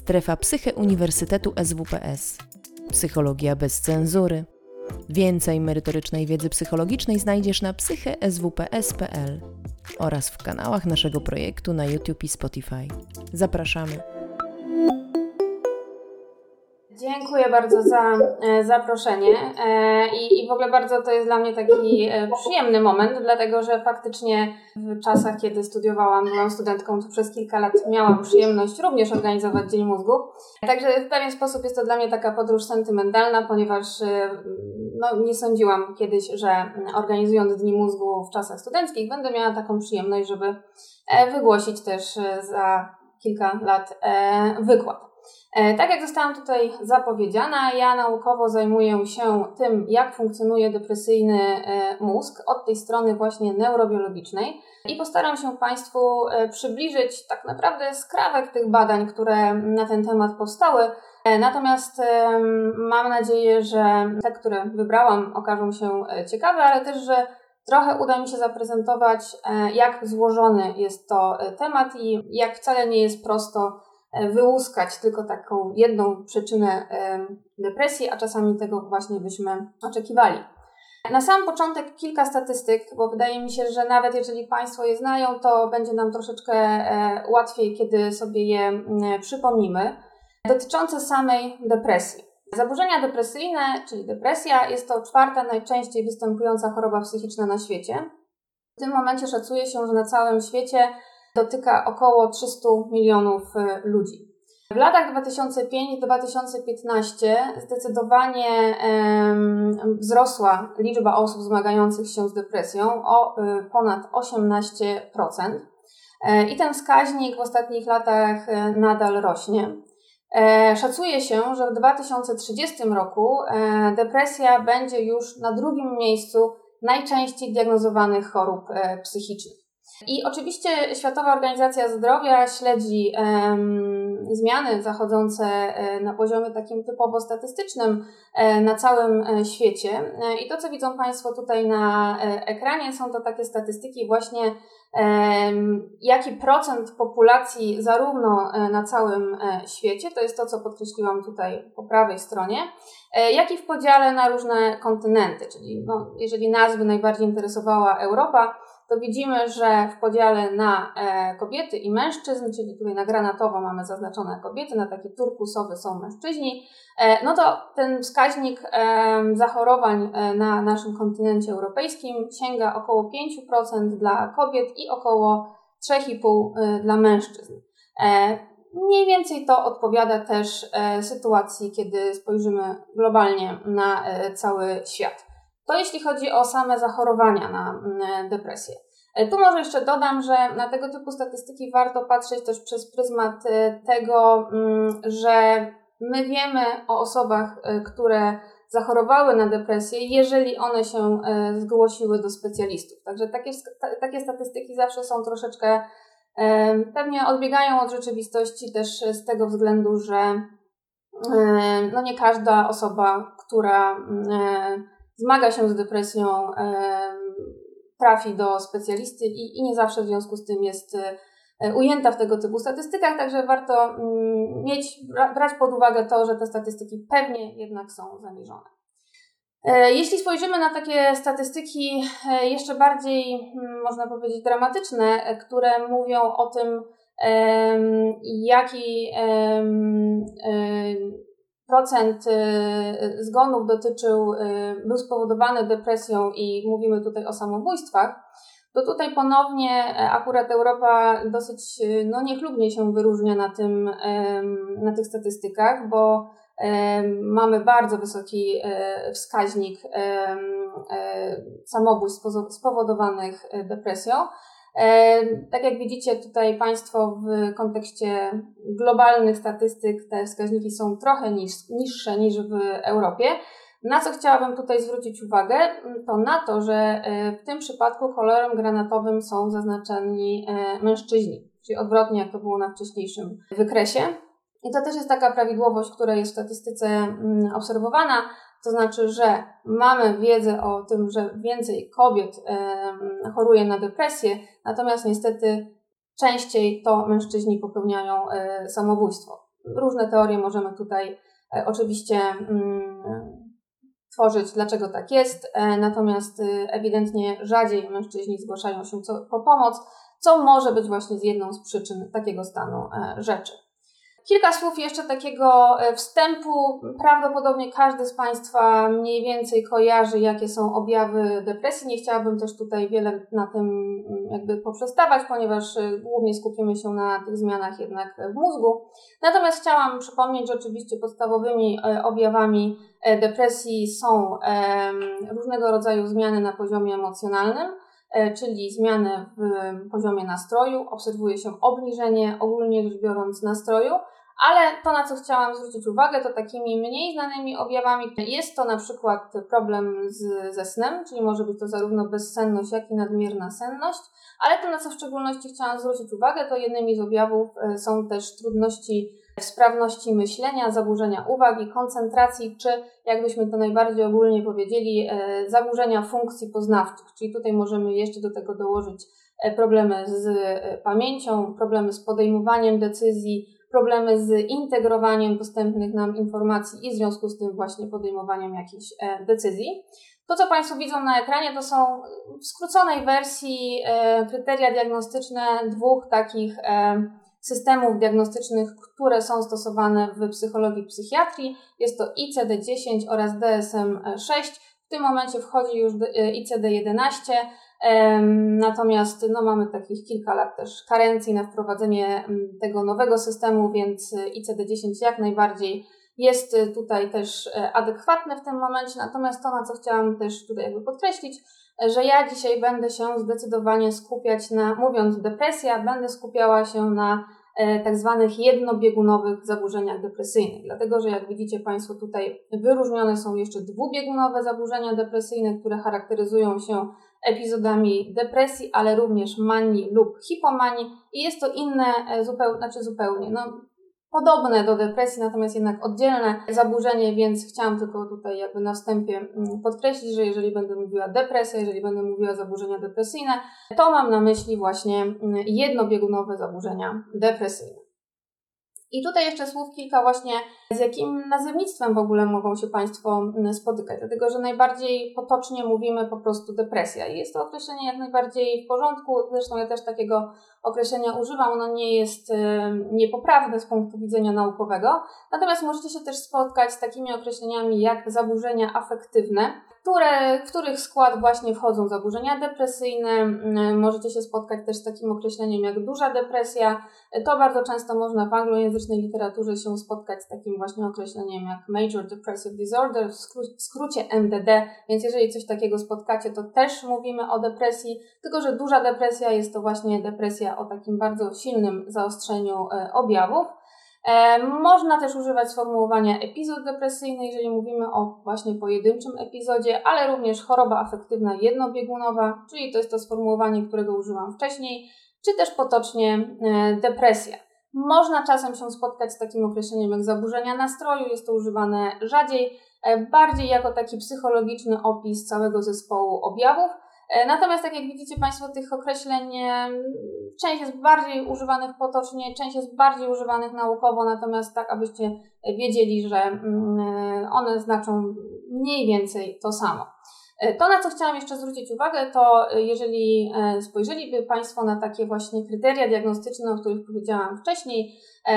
Strefa Psyche Uniwersytetu SWPS. Psychologia bez cenzury. Więcej merytorycznej wiedzy psychologicznej znajdziesz na psycheswps.pl oraz w kanałach naszego projektu na YouTube i Spotify. Zapraszamy. Dziękuję bardzo za zaproszenie i w ogóle bardzo to jest dla mnie taki przyjemny moment, dlatego że faktycznie w czasach, kiedy byłam studentką, to przez kilka lat miałam przyjemność również organizować Dzień Mózgu. Także w pewien sposób jest to dla mnie taka podróż sentymentalna, ponieważ nie sądziłam kiedyś, że organizując Dni Mózgu w czasach studenckich będę miała taką przyjemność, żeby wygłosić też za kilka lat wykład. Tak jak zostałam tutaj zapowiedziana, ja naukowo zajmuję się tym, jak funkcjonuje depresyjny mózg od tej strony właśnie neurobiologicznej i postaram się Państwu przybliżyć tak naprawdę skrawek tych badań, które na ten temat powstały. Natomiast mam nadzieję, że te, które wybrałam, okażą się ciekawe, ale też, że trochę uda mi się zaprezentować, jak złożony jest to temat i jak wcale nie jest prosto wyłuskać tylko taką jedną przyczynę depresji, a czasami tego właśnie byśmy oczekiwali. Na sam początek kilka statystyk, bo wydaje mi się, że nawet jeżeli Państwo je znają, to będzie nam troszeczkę łatwiej, kiedy sobie je przypomnimy, dotyczące samej depresji. Zaburzenia depresyjne, czyli depresja, jest to 4. najczęściej występująca choroba psychiczna na świecie. W tym momencie szacuje się, że na całym świecie dotyka około 300 milionów ludzi. W latach 2005-2015 zdecydowanie wzrosła liczba osób zmagających się z depresją o ponad 18%. I ten wskaźnik w ostatnich latach nadal rośnie. Szacuje się, że w 2030 roku depresja będzie już na 2. miejscu najczęściej diagnozowanych chorób psychicznych. I oczywiście Światowa Organizacja Zdrowia śledzi zmiany zachodzące na poziomie takim typowo statystycznym na całym świecie. I to, co widzą Państwo tutaj na ekranie, są to takie statystyki właśnie, jaki procent populacji zarówno na całym świecie, to jest to, co podkreśliłam tutaj po prawej stronie, jak i w podziale na różne kontynenty, czyli jeżeli nas by najbardziej interesowała Europa, to widzimy, że w podziale na kobiety i mężczyzn, czyli tutaj na granatowo mamy zaznaczone kobiety, na takie turkusowe są mężczyźni, to ten wskaźnik zachorowań na naszym kontynencie europejskim sięga około 5% dla kobiet i około 3,5% dla mężczyzn. Mniej więcej to odpowiada też sytuacji, kiedy spojrzymy globalnie na cały świat. To jeśli chodzi o same zachorowania na depresję. Tu może jeszcze dodam, że na tego typu statystyki warto patrzeć też przez pryzmat tego, że my wiemy o osobach, które zachorowały na depresję, jeżeli one się zgłosiły do specjalistów. Także takie statystyki zawsze są troszeczkę, pewnie odbiegają od rzeczywistości też z tego względu, że nie każda osoba, która zmaga się z depresją, trafi do specjalisty i nie zawsze w związku z tym jest ujęta w tego typu statystykach, także warto brać pod uwagę to, że te statystyki pewnie jednak są zaniżone. Jeśli spojrzymy na takie statystyki jeszcze bardziej, można powiedzieć, dramatyczne, które mówią o tym, jaki procent zgonów był spowodowany depresją i mówimy tutaj o samobójstwach, to tutaj ponownie akurat Europa dosyć niechlubnie się wyróżnia na tych statystykach, bo mamy bardzo wysoki wskaźnik samobójstw spowodowanych depresją. Tak jak widzicie tutaj Państwo w kontekście globalnych statystyk te wskaźniki są trochę niższe niż w Europie. Na co chciałabym tutaj zwrócić uwagę, to na to, że w tym przypadku kolorem granatowym są zaznaczeni mężczyźni, czyli odwrotnie jak to było na wcześniejszym wykresie. I to też jest taka prawidłowość, która jest w statystyce obserwowana, to znaczy, że mamy wiedzę o tym, że więcej kobiet choruje na depresję, natomiast niestety częściej to mężczyźni popełniają samobójstwo. Różne teorie możemy tutaj oczywiście tworzyć, dlaczego tak jest, natomiast ewidentnie rzadziej mężczyźni zgłaszają się po pomoc, co może być właśnie jedną z przyczyn takiego stanu rzeczy. Kilka słów jeszcze takiego wstępu. Prawdopodobnie każdy z Państwa mniej więcej kojarzy, jakie są objawy depresji. Nie chciałabym też tutaj wiele na tym jakby poprzestawać, ponieważ głównie skupimy się na tych zmianach jednak w mózgu. Natomiast chciałam przypomnieć, że oczywiście podstawowymi objawami depresji są różnego rodzaju zmiany na poziomie emocjonalnym, czyli zmiany w poziomie nastroju. Obserwuje się obniżenie, ogólnie rzecz biorąc, nastroju. Ale to, na co chciałam zwrócić uwagę, to takimi mniej znanymi objawami jest to na przykład problem ze snem, czyli może być to zarówno bezsenność, jak i nadmierna senność, ale to, na co w szczególności chciałam zwrócić uwagę, to jednymi z objawów są też trudności w sprawności myślenia, zaburzenia uwagi, koncentracji, czy jakbyśmy to najbardziej ogólnie powiedzieli, zaburzenia funkcji poznawczych, czyli tutaj możemy jeszcze do tego dołożyć problemy z pamięcią, problemy z podejmowaniem decyzji, problemy z integrowaniem dostępnych nam informacji i w związku z tym właśnie podejmowaniem jakichś decyzji. To, co Państwo widzą na ekranie, to są w skróconej wersji kryteria diagnostyczne dwóch takich systemów diagnostycznych, które są stosowane w psychologii i psychiatrii. Jest to ICD-10 oraz DSM-6. W tym momencie wchodzi już ICD-11. Natomiast mamy takich kilka lat też karencji na wprowadzenie tego nowego systemu, więc ICD-10 jak najbardziej jest tutaj też adekwatny w tym momencie. Natomiast to, na co chciałam też tutaj jakby podkreślić, że ja dzisiaj będę się zdecydowanie skupiać mówiąc depresja, będę skupiała się na tak zwanych jednobiegunowych zaburzeniach depresyjnych. Dlatego, że jak widzicie Państwo tutaj wyróżnione są jeszcze dwubiegunowe zaburzenia depresyjne, które charakteryzują się epizodami depresji, ale również manii lub hipomanii i jest to inne, podobne do depresji, natomiast jednak oddzielne zaburzenie, więc chciałam tylko tutaj jakby na wstępie podkreślić, że jeżeli będę mówiła depresja, jeżeli będę mówiła zaburzenia depresyjne, to mam na myśli właśnie jednobiegunowe zaburzenia depresyjne. I tutaj jeszcze słów kilka właśnie, z jakim nazewnictwem w ogóle mogą się Państwo spotykać, dlatego że najbardziej potocznie mówimy po prostu depresja i jest to określenie jak najbardziej w porządku, zresztą ja też takiego określenia używam, ono nie jest niepoprawne z punktu widzenia naukowego, natomiast możecie się też spotkać z takimi określeniami jak zaburzenia afektywne, w których skład właśnie wchodzą zaburzenia depresyjne. Możecie się spotkać też z takim określeniem jak duża depresja. To bardzo często można w anglojęzycznej literaturze się spotkać z takim właśnie określeniem jak Major Depressive Disorder, w skrócie MDD, więc jeżeli coś takiego spotkacie, to też mówimy o depresji, tylko że duża depresja jest to właśnie depresja o takim bardzo silnym zaostrzeniu objawów. Można też używać sformułowania epizod depresyjny, jeżeli mówimy o właśnie pojedynczym epizodzie, ale również choroba afektywna jednobiegunowa, czyli to jest to sformułowanie, którego użyłam wcześniej, czy też potocznie depresja. Można czasem się spotkać z takim określeniem jak zaburzenia nastroju, jest to używane rzadziej, bardziej jako taki psychologiczny opis całego zespołu objawów. Natomiast tak jak widzicie Państwo, tych określeń część jest bardziej używanych potocznie, część jest bardziej używanych naukowo, natomiast tak, abyście wiedzieli, że one znaczą mniej więcej to samo. To, na co chciałam jeszcze zwrócić uwagę, to jeżeli spojrzeliby Państwo na takie właśnie kryteria diagnostyczne, o których powiedziałam wcześniej,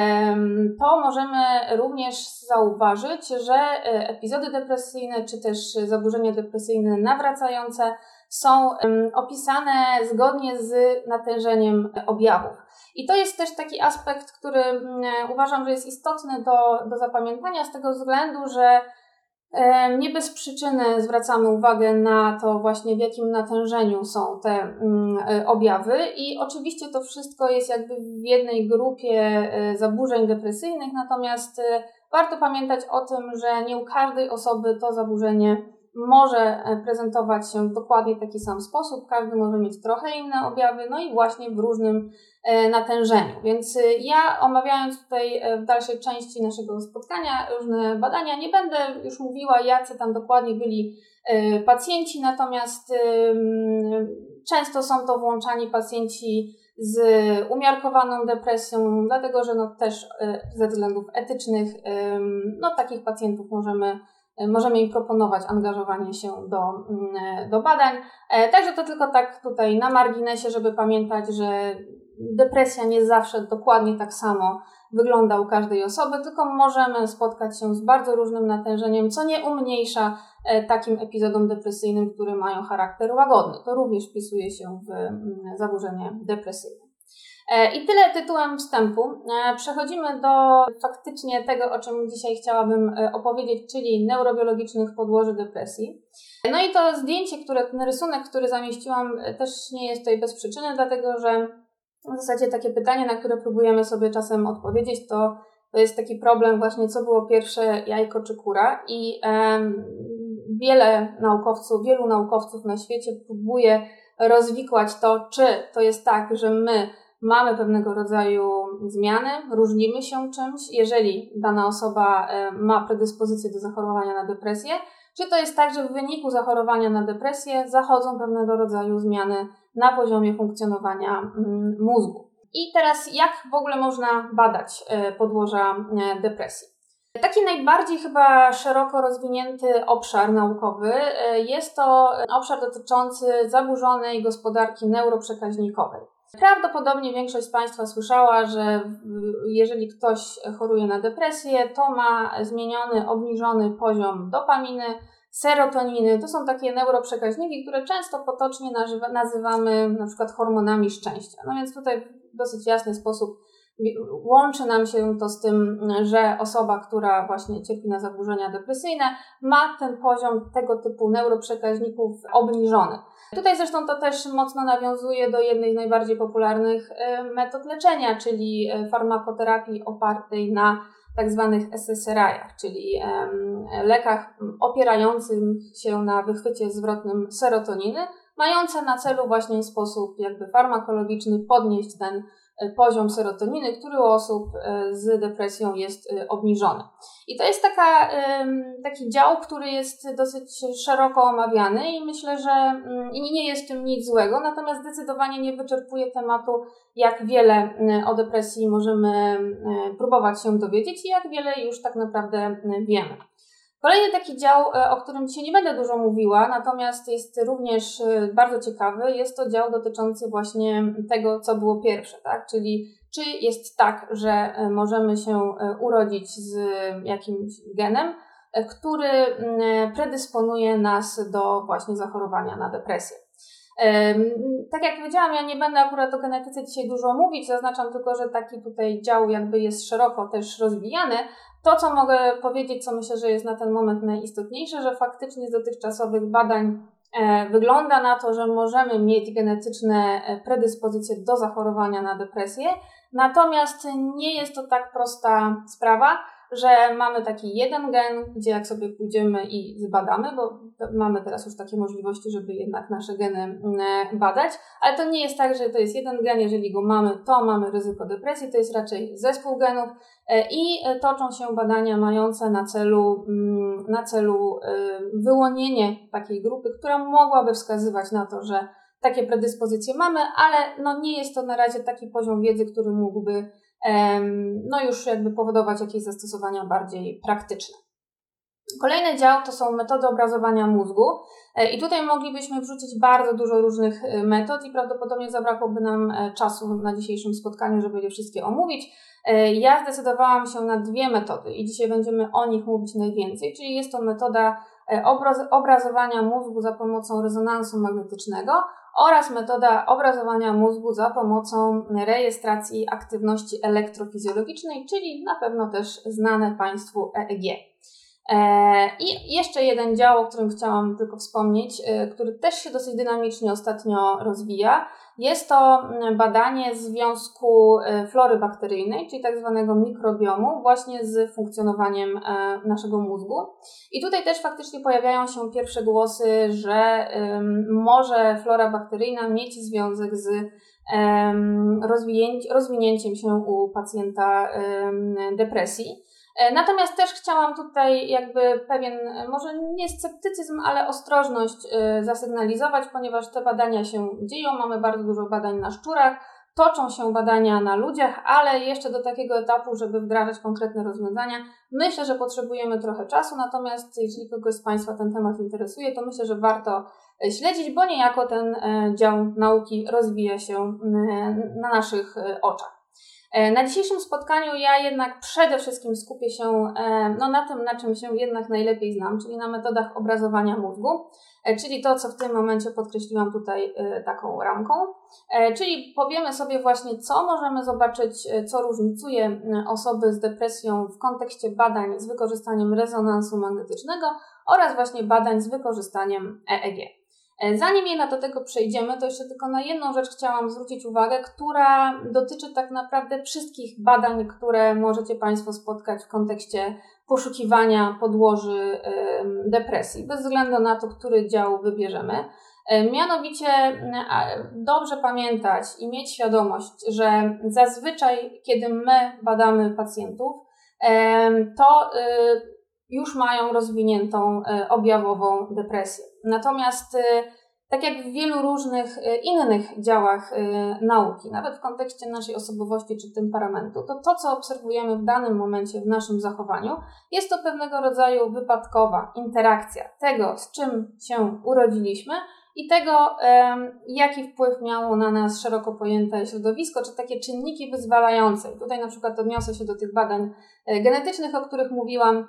to możemy również zauważyć, że epizody depresyjne czy też zaburzenia depresyjne nawracające są opisane zgodnie z natężeniem objawów. I to jest też taki aspekt, który uważam, że jest istotny do zapamiętania z tego względu, że nie bez przyczyny zwracamy uwagę na to właśnie, w jakim natężeniu są te objawy i oczywiście to wszystko jest jakby w jednej grupie zaburzeń depresyjnych, natomiast warto pamiętać o tym, że nie u każdej osoby to zaburzenie może prezentować się w dokładnie taki sam sposób, każdy może mieć trochę inne objawy, no i właśnie w różnym natężeniu. Więc ja omawiając tutaj w dalszej części naszego spotkania różne badania, nie będę już mówiła, jacy tam dokładnie byli pacjenci, natomiast często są to włączani pacjenci z umiarkowaną depresją, dlatego że też ze względów etycznych takich pacjentów możemy im proponować angażowanie się do badań. Także to tylko tak tutaj na marginesie, żeby pamiętać, że depresja nie zawsze dokładnie tak samo wygląda u każdej osoby, tylko możemy spotkać się z bardzo różnym natężeniem, co nie umniejsza takim epizodom depresyjnym, które mają charakter łagodny. To również wpisuje się w zaburzenie depresyjne. I tyle tytułem wstępu. Przechodzimy do faktycznie tego, o czym dzisiaj chciałabym opowiedzieć, czyli neurobiologicznych podłoży depresji. No i to zdjęcie, ten rysunek, który zamieściłam, też nie jest tutaj bez przyczyny, dlatego że w zasadzie takie pytanie, na które próbujemy sobie czasem odpowiedzieć, to jest taki problem właśnie, co było pierwsze, jajko czy kura, i wielu naukowców na świecie próbuje rozwikłać to, czy to jest tak, że my mamy pewnego rodzaju zmiany, różnimy się czymś, jeżeli dana osoba ma predyspozycję do zachorowania na depresję, czy to jest tak, że w wyniku zachorowania na depresję zachodzą pewnego rodzaju zmiany na poziomie funkcjonowania mózgu. I teraz jak w ogóle można badać podłoża depresji? Taki najbardziej chyba szeroko rozwinięty obszar naukowy jest to obszar dotyczący zaburzonej gospodarki neuroprzekaźnikowej. Prawdopodobnie większość z Państwa słyszała, że jeżeli ktoś choruje na depresję, to ma zmieniony, obniżony poziom dopaminy, serotoniny. To są takie neuroprzekaźniki, które często potocznie nazywamy na przykład hormonami szczęścia. No więc tutaj w dosyć jasny sposób łączy nam się to z tym, że osoba, która właśnie cierpi na zaburzenia depresyjne, ma ten poziom tego typu neuroprzekaźników obniżony. Tutaj zresztą to też mocno nawiązuje do jednej z najbardziej popularnych metod leczenia, czyli farmakoterapii opartej na tak zwanych SSRI-ach, czyli lekach opierających się na wychwycie zwrotnym serotoniny, mające na celu właśnie w sposób jakby farmakologiczny podnieść ten poziom serotoniny, który u osób z depresją jest obniżony. I to jest taki dział, który jest dosyć szeroko omawiany i myślę, że nie jest w tym nic złego, natomiast zdecydowanie nie wyczerpuje tematu, jak wiele o depresji możemy próbować się dowiedzieć i jak wiele już tak naprawdę wiemy. Kolejny taki dział, o którym dzisiaj nie będę dużo mówiła, natomiast jest również bardzo ciekawy, jest to dział dotyczący właśnie tego, co było pierwsze, tak? Czyli czy jest tak, że możemy się urodzić z jakimś genem, który predysponuje nas do właśnie zachorowania na depresję. Tak jak powiedziałam, ja nie będę akurat o genetyce dzisiaj dużo mówić, zaznaczam tylko, że taki tutaj dział jakby jest szeroko też rozwijany. To, co mogę powiedzieć, co myślę, że jest na ten moment najistotniejsze, że faktycznie z dotychczasowych badań wygląda na to, że możemy mieć genetyczne predyspozycje do zachorowania na depresję, natomiast nie jest to tak prosta sprawa, że mamy taki jeden gen, gdzie jak sobie pójdziemy i zbadamy, bo mamy teraz już takie możliwości, żeby jednak nasze geny badać, ale to nie jest tak, że to jest jeden gen, jeżeli go mamy, to mamy ryzyko depresji, to jest raczej zespół genów i toczą się badania mające na celu wyłonienie takiej grupy, która mogłaby wskazywać na to, że takie predyspozycje mamy, ale nie jest to na razie taki poziom wiedzy, który mógłby już jakby powodować jakieś zastosowania bardziej praktyczne. Kolejny dział to są metody obrazowania mózgu i tutaj moglibyśmy wrzucić bardzo dużo różnych metod i prawdopodobnie zabrakłoby nam czasu na dzisiejszym spotkaniu, żeby je wszystkie omówić. Ja zdecydowałam się na dwie metody i dzisiaj będziemy o nich mówić najwięcej, czyli jest to metoda obrazowania mózgu za pomocą rezonansu magnetycznego oraz metoda obrazowania mózgu za pomocą rejestracji aktywności elektrofizjologicznej, czyli na pewno też znane Państwu EEG. I jeszcze jeden dział, o którym chciałam tylko wspomnieć, który też się dosyć dynamicznie ostatnio rozwija. Jest to badanie związku flory bakteryjnej, czyli tak zwanego mikrobiomu, właśnie z funkcjonowaniem naszego mózgu. I tutaj też faktycznie pojawiają się pierwsze głosy, że może flora bakteryjna mieć związek z rozwinięciem się u pacjenta depresji. Natomiast też chciałam tutaj jakby pewien, może nie sceptycyzm, ale ostrożność zasygnalizować, ponieważ te badania się dzieją, mamy bardzo dużo badań na szczurach, Toczą się badania na ludziach, ale jeszcze do takiego etapu, żeby wdrażać konkretne rozwiązania, myślę, że potrzebujemy trochę czasu, natomiast jeżeli kogoś z Państwa ten temat interesuje, to myślę, że warto śledzić, bo niejako ten dział nauki rozwija się na naszych oczach. Na dzisiejszym spotkaniu ja jednak przede wszystkim skupię się na tym, na czym się jednak najlepiej znam, czyli na metodach obrazowania mózgu, czyli to, co w tym momencie podkreśliłam tutaj taką ramką. Czyli powiemy sobie właśnie, co możemy zobaczyć, co różnicuje osoby z depresją w kontekście badań z wykorzystaniem rezonansu magnetycznego oraz właśnie badań z wykorzystaniem EEG. Zanim jednak do tego przejdziemy, to jeszcze tylko na jedną rzecz chciałam zwrócić uwagę, która dotyczy tak naprawdę wszystkich badań, które możecie Państwo spotkać w kontekście poszukiwania podłoży depresji, bez względu na to, który dział wybierzemy. Mianowicie dobrze pamiętać i mieć świadomość, że zazwyczaj, kiedy my badamy pacjentów, to już mają rozwiniętą objawową depresję. Natomiast tak jak w wielu różnych innych działach nauki, nawet w kontekście naszej osobowości czy temperamentu, to co obserwujemy w danym momencie w naszym zachowaniu, jest to pewnego rodzaju wypadkowa interakcja tego, z czym się urodziliśmy i tego, jaki wpływ miało na nas szeroko pojęte środowisko, czy takie czynniki wyzwalające. Tutaj na przykład odniosę się do tych badań genetycznych, o których mówiłam.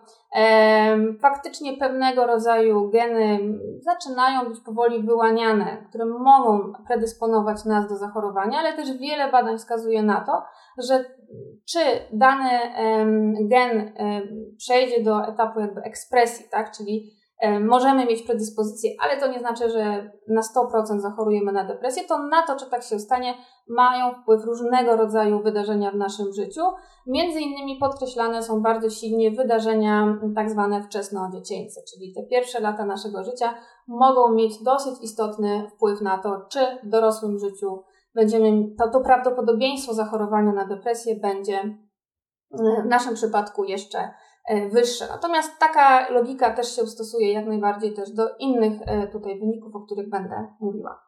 Faktycznie pewnego rodzaju geny zaczynają być powoli wyłaniane, które mogą predysponować nas do zachorowania, ale też wiele badań wskazuje na to, że czy dany gen przejdzie do etapu jakby ekspresji, tak, czyli możemy mieć predyspozycję, ale to nie znaczy, że na 100% zachorujemy na depresję, to na to, czy tak się stanie, mają wpływ różnego rodzaju wydarzenia w naszym życiu. Między innymi podkreślane są bardzo silnie wydarzenia tak zwane wczesnodziecięce, czyli te pierwsze lata naszego życia mogą mieć dosyć istotny wpływ na to, czy w dorosłym życiu to prawdopodobieństwo zachorowania na depresję będzie w naszym przypadku jeszcze wyższe. Natomiast taka logika też się stosuje jak najbardziej też do innych tutaj wyników, o których będę mówiła.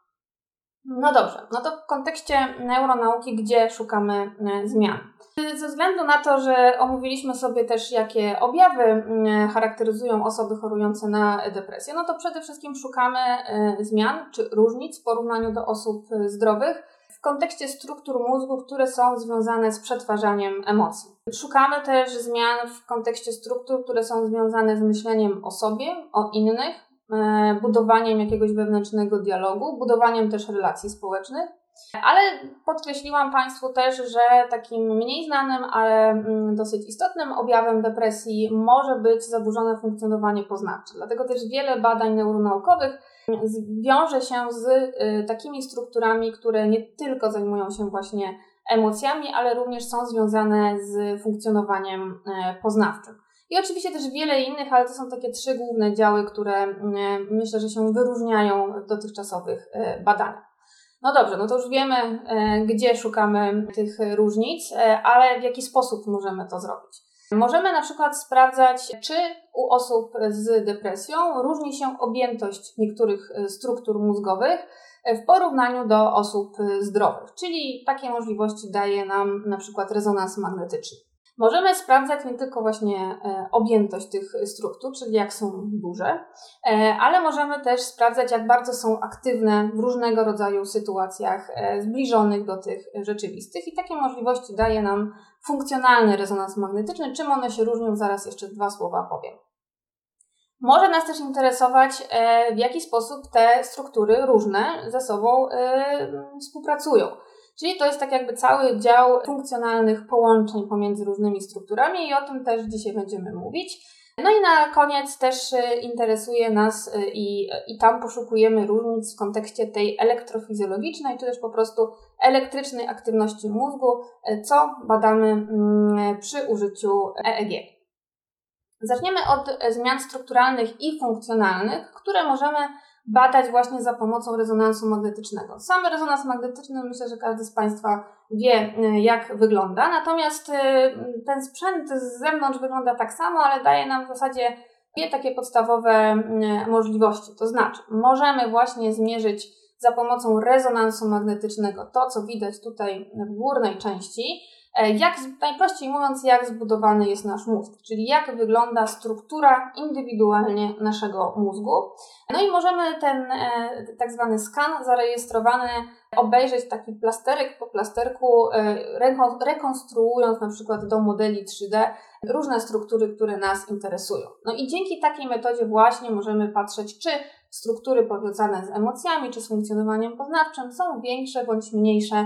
No dobrze, no to w kontekście neuronauki, gdzie szukamy zmian? Ze względu na to, że omówiliśmy sobie też, jakie objawy charakteryzują osoby chorujące na depresję, no to przede wszystkim szukamy zmian czy różnic w porównaniu do osób zdrowych w kontekście struktur mózgu, które są związane z przetwarzaniem emocji. Szukamy też zmian w kontekście struktur, które są związane z myśleniem o sobie, o innych, budowaniem jakiegoś wewnętrznego dialogu, budowaniem też relacji społecznych. Ale podkreśliłam Państwu też, że takim mniej znanym, ale dosyć istotnym objawem depresji może być zaburzone funkcjonowanie poznawcze. Dlatego też wiele badań neuronaukowych wiąże się z takimi strukturami, które nie tylko zajmują się właśnie emocjami, ale również są związane z funkcjonowaniem poznawczym. I oczywiście też wiele innych, ale to są takie 3 główne działy, które myślę, że się wyróżniają w dotychczasowych badaniach. No dobrze, no to już wiemy, gdzie szukamy tych różnic, ale w jaki sposób możemy to zrobić. Możemy na przykład sprawdzać, czy u osób z depresją różni się objętość niektórych struktur mózgowych w porównaniu do osób zdrowych, czyli takie możliwości daje nam na przykład rezonans magnetyczny. Możemy sprawdzać nie tylko właśnie objętość tych struktur, czyli jak są duże, ale możemy też sprawdzać, jak bardzo są aktywne w różnego rodzaju sytuacjach zbliżonych do tych rzeczywistych i takie możliwości daje nam funkcjonalny rezonans magnetyczny. Czym one się różnią? Zaraz jeszcze 2 słowa powiem. Może nas też interesować, w jaki sposób te struktury różne ze sobą współpracują. Czyli to jest tak jakby cały dział funkcjonalnych połączeń pomiędzy różnymi strukturami i o tym też dzisiaj będziemy mówić. No i na koniec też interesuje nas i tam poszukujemy różnic w kontekście tej elektrofizjologicznej, czy też po prostu elektrycznej aktywności mózgu, co badamy przy użyciu EEG. Zaczniemy od zmian strukturalnych i funkcjonalnych, które możemy badać właśnie za pomocą rezonansu magnetycznego. Sam rezonans magnetyczny, myślę, że każdy z Państwa wie, jak wygląda, natomiast ten sprzęt z zewnątrz wygląda tak samo, ale daje nam w zasadzie 2 takie podstawowe możliwości. To znaczy, możemy właśnie zmierzyć za pomocą rezonansu magnetycznego, to co widać tutaj w górnej części, najprościej mówiąc, jak zbudowany jest nasz mózg, czyli jak wygląda struktura indywidualnie naszego mózgu. No i możemy ten tak zwany skan zarejestrowany obejrzeć taki plasterek po plasterku, rekonstruując na przykład do modeli 3D różne struktury, które nas interesują. No i dzięki takiej metodzie właśnie możemy patrzeć, czy struktury powiązane z emocjami, czy z funkcjonowaniem poznawczym są większe bądź mniejsze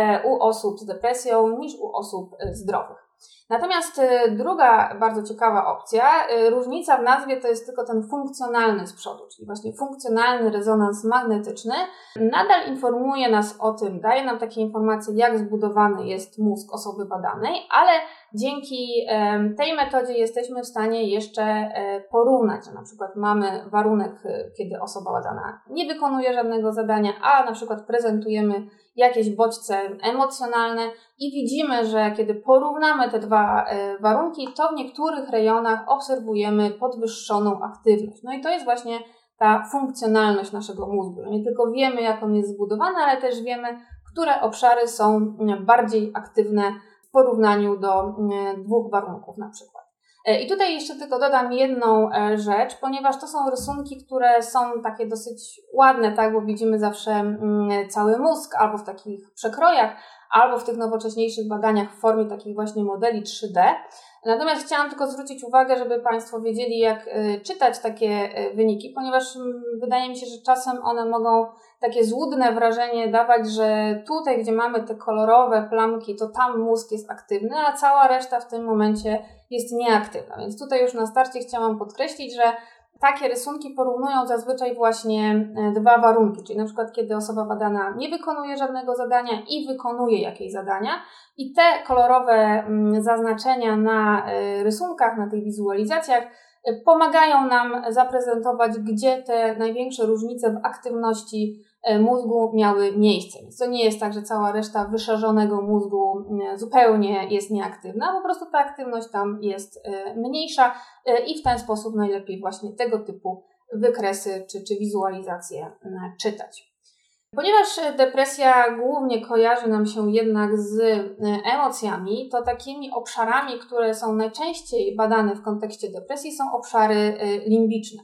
u osób z depresją niż u osób zdrowych. Natomiast druga bardzo ciekawa opcja, różnica w nazwie to jest tylko ten funkcjonalny z przodu, czyli właśnie funkcjonalny rezonans magnetyczny, nadal informuje nas o tym, daje nam takie informacje, jak zbudowany jest mózg osoby badanej, ale dzięki tej metodzie jesteśmy w stanie jeszcze porównać, że na przykład mamy warunek, kiedy osoba badana nie wykonuje żadnego zadania, a na przykład prezentujemy jakieś bodźce emocjonalne i widzimy, że kiedy porównamy te dwa warunki, to w niektórych rejonach obserwujemy podwyższoną aktywność. No i to jest właśnie ta funkcjonalność naszego mózgu. Nie tylko wiemy, jak on jest zbudowany, ale też wiemy, które obszary są bardziej aktywne w porównaniu do dwóch warunków na przykład. I tutaj jeszcze tylko dodam jedną rzecz, ponieważ to są rysunki, które są takie dosyć ładne, tak, bo widzimy zawsze cały mózg albo w takich przekrojach, albo w tych nowocześniejszych badaniach w formie takich właśnie modeli 3D. Natomiast chciałam tylko zwrócić uwagę, żeby Państwo wiedzieli, jak czytać takie wyniki, ponieważ wydaje mi się, że czasem one mogą takie złudne wrażenie dawać, że tutaj, gdzie mamy te kolorowe plamki, to tam mózg jest aktywny, a cała reszta w tym momencie jest nieaktywna. Więc tutaj już na starcie chciałam podkreślić, że takie rysunki porównują zazwyczaj właśnie dwa warunki, czyli na przykład kiedy osoba badana nie wykonuje żadnego zadania i wykonuje jakieś zadania i te kolorowe zaznaczenia na rysunkach, na tych wizualizacjach pomagają nam zaprezentować, gdzie te największe różnice w aktywności mózgu miały miejsce. Więc to nie jest tak, że cała reszta wyszerzonego mózgu zupełnie jest nieaktywna, po prostu ta aktywność tam jest mniejsza i w ten sposób najlepiej właśnie tego typu wykresy czy wizualizacje czytać. Ponieważ depresja głównie kojarzy nam się jednak z emocjami, to takimi obszarami, które są najczęściej badane w kontekście depresji, są obszary limbiczne.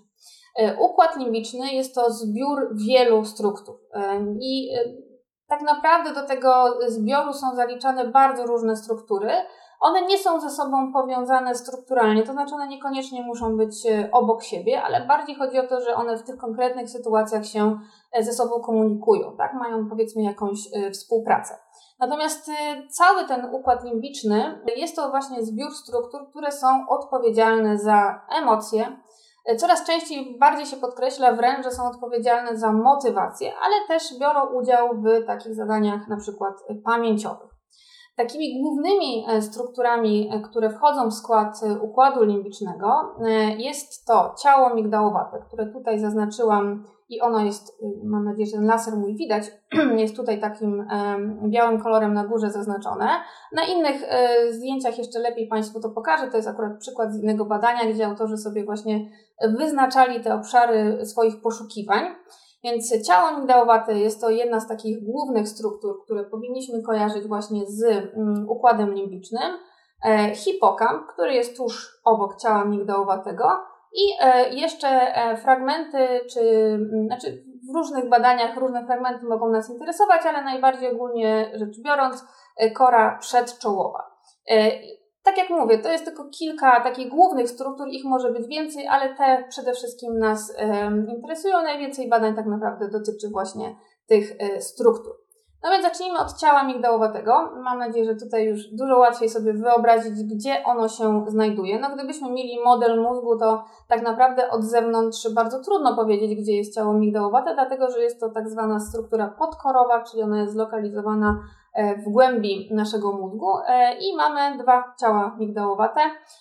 Układ limbiczny jest to zbiór wielu struktur i tak naprawdę do tego zbioru są zaliczane bardzo różne struktury. One nie są ze sobą powiązane strukturalnie, to znaczy one niekoniecznie muszą być obok siebie, ale bardziej chodzi o to, że one w tych konkretnych sytuacjach się ze sobą komunikują, tak? Mają powiedzmy jakąś współpracę. Natomiast cały ten układ limbiczny jest to właśnie zbiór struktur, które są odpowiedzialne za emocje. Coraz częściej bardziej się podkreśla wręcz, że są odpowiedzialne za motywację, ale też biorą udział w takich zadaniach na przykład pamięciowych. Takimi głównymi strukturami, które wchodzą w skład układu limbicznego, jest to ciało migdałowate, które tutaj zaznaczyłam i ono jest, mam nadzieję, że ten laser mój widać, jest tutaj takim białym kolorem na górze zaznaczone. Na innych zdjęciach jeszcze lepiej Państwu to pokażę, to jest akurat przykład z innego badania, gdzie autorzy sobie właśnie wyznaczali te obszary swoich poszukiwań. Więc ciało migdałowate jest to jedna z takich głównych struktur, które powinniśmy kojarzyć właśnie z układem limbicznym. Hipokamp, który jest tuż obok ciała migdałowatego i jeszcze fragmenty, znaczy w różnych badaniach różne fragmenty mogą nas interesować, ale najbardziej ogólnie rzecz biorąc kora przedczołowa. Tak jak mówię, to jest tylko kilka takich głównych struktur, ich może być więcej, ale te przede wszystkim nas interesują. Najwięcej badań tak naprawdę dotyczy właśnie tych struktur. No więc zacznijmy od ciała migdałowatego. Mam nadzieję, że tutaj już dużo łatwiej sobie wyobrazić, gdzie ono się znajduje. No gdybyśmy mieli model mózgu, to tak naprawdę od zewnątrz bardzo trudno powiedzieć, gdzie jest ciało migdałowate, dlatego że jest to tak zwana struktura podkorowa, czyli ona jest zlokalizowana w głębi naszego mózgu i mamy dwa ciała migdałowate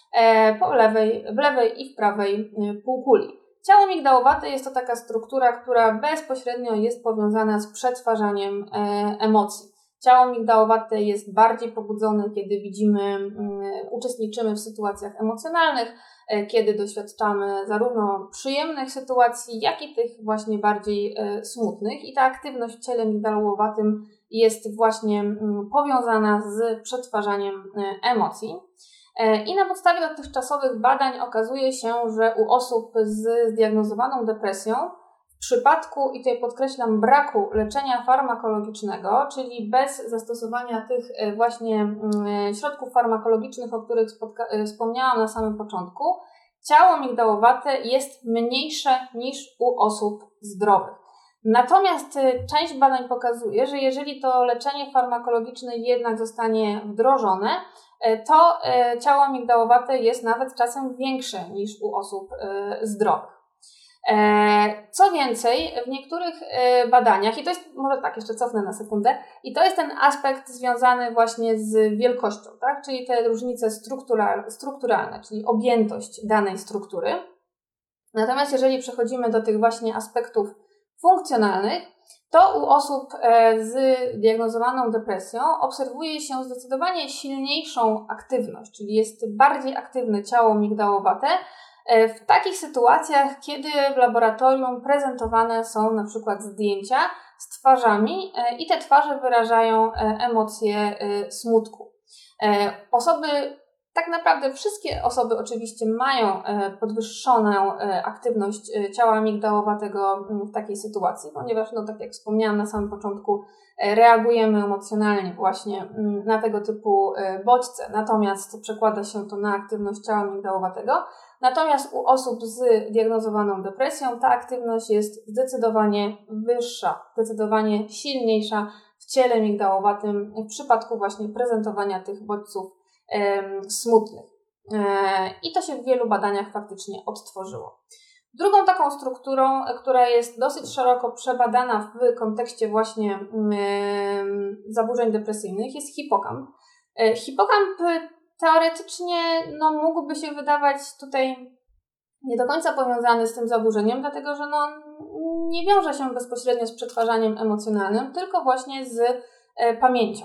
w lewej i w prawej półkuli. Ciało migdałowate jest to taka struktura, która bezpośrednio jest powiązana z przetwarzaniem emocji. Ciało migdałowate jest bardziej pobudzone, kiedy uczestniczymy w sytuacjach emocjonalnych, kiedy doświadczamy zarówno przyjemnych sytuacji, jak i tych właśnie bardziej smutnych. I ta aktywność w ciele migdałowatym jest właśnie powiązana z przetwarzaniem emocji. I na podstawie dotychczasowych badań okazuje się, że u osób z zdiagnozowaną depresją w przypadku, i tutaj podkreślam, braku leczenia farmakologicznego, czyli bez zastosowania tych właśnie środków farmakologicznych, o których wspomniałam na samym początku, ciało migdałowate jest mniejsze niż u osób zdrowych. Natomiast część badań pokazuje, że jeżeli to leczenie farmakologiczne jednak zostanie wdrożone, to ciało migdałowate jest nawet czasem większe niż u osób zdrowych. Co więcej, w niektórych badaniach, i to jest, może tak, jeszcze cofnę na sekundę, i to jest ten aspekt związany właśnie z wielkością, tak? Czyli te różnice strukturalne, czyli objętość danej struktury. Natomiast jeżeli przechodzimy do tych właśnie aspektów funkcjonalnych, to u osób z diagnozowaną depresją obserwuje się zdecydowanie silniejszą aktywność, czyli jest bardziej aktywne ciało migdałowate w takich sytuacjach, kiedy w laboratorium prezentowane są na przykład zdjęcia z twarzami i te twarze wyrażają emocje smutku. Tak naprawdę wszystkie osoby oczywiście mają podwyższoną aktywność ciała migdałowatego w takiej sytuacji, ponieważ, tak jak wspomniałam na samym początku, reagujemy emocjonalnie właśnie na tego typu bodźce, natomiast przekłada się to na aktywność ciała migdałowatego. Natomiast u osób z diagnozowaną depresją ta aktywność jest zdecydowanie wyższa, zdecydowanie silniejsza w ciele migdałowatym w przypadku właśnie prezentowania tych bodźców smutnych. I to się w wielu badaniach faktycznie odtworzyło. Drugą taką strukturą, która jest dosyć szeroko przebadana w kontekście właśnie zaburzeń depresyjnych, jest hipokamp. Hipokamp teoretycznie mógłby się wydawać tutaj nie do końca powiązany z tym zaburzeniem, dlatego że nie wiąże się bezpośrednio z przetwarzaniem emocjonalnym, tylko właśnie z pamięcią.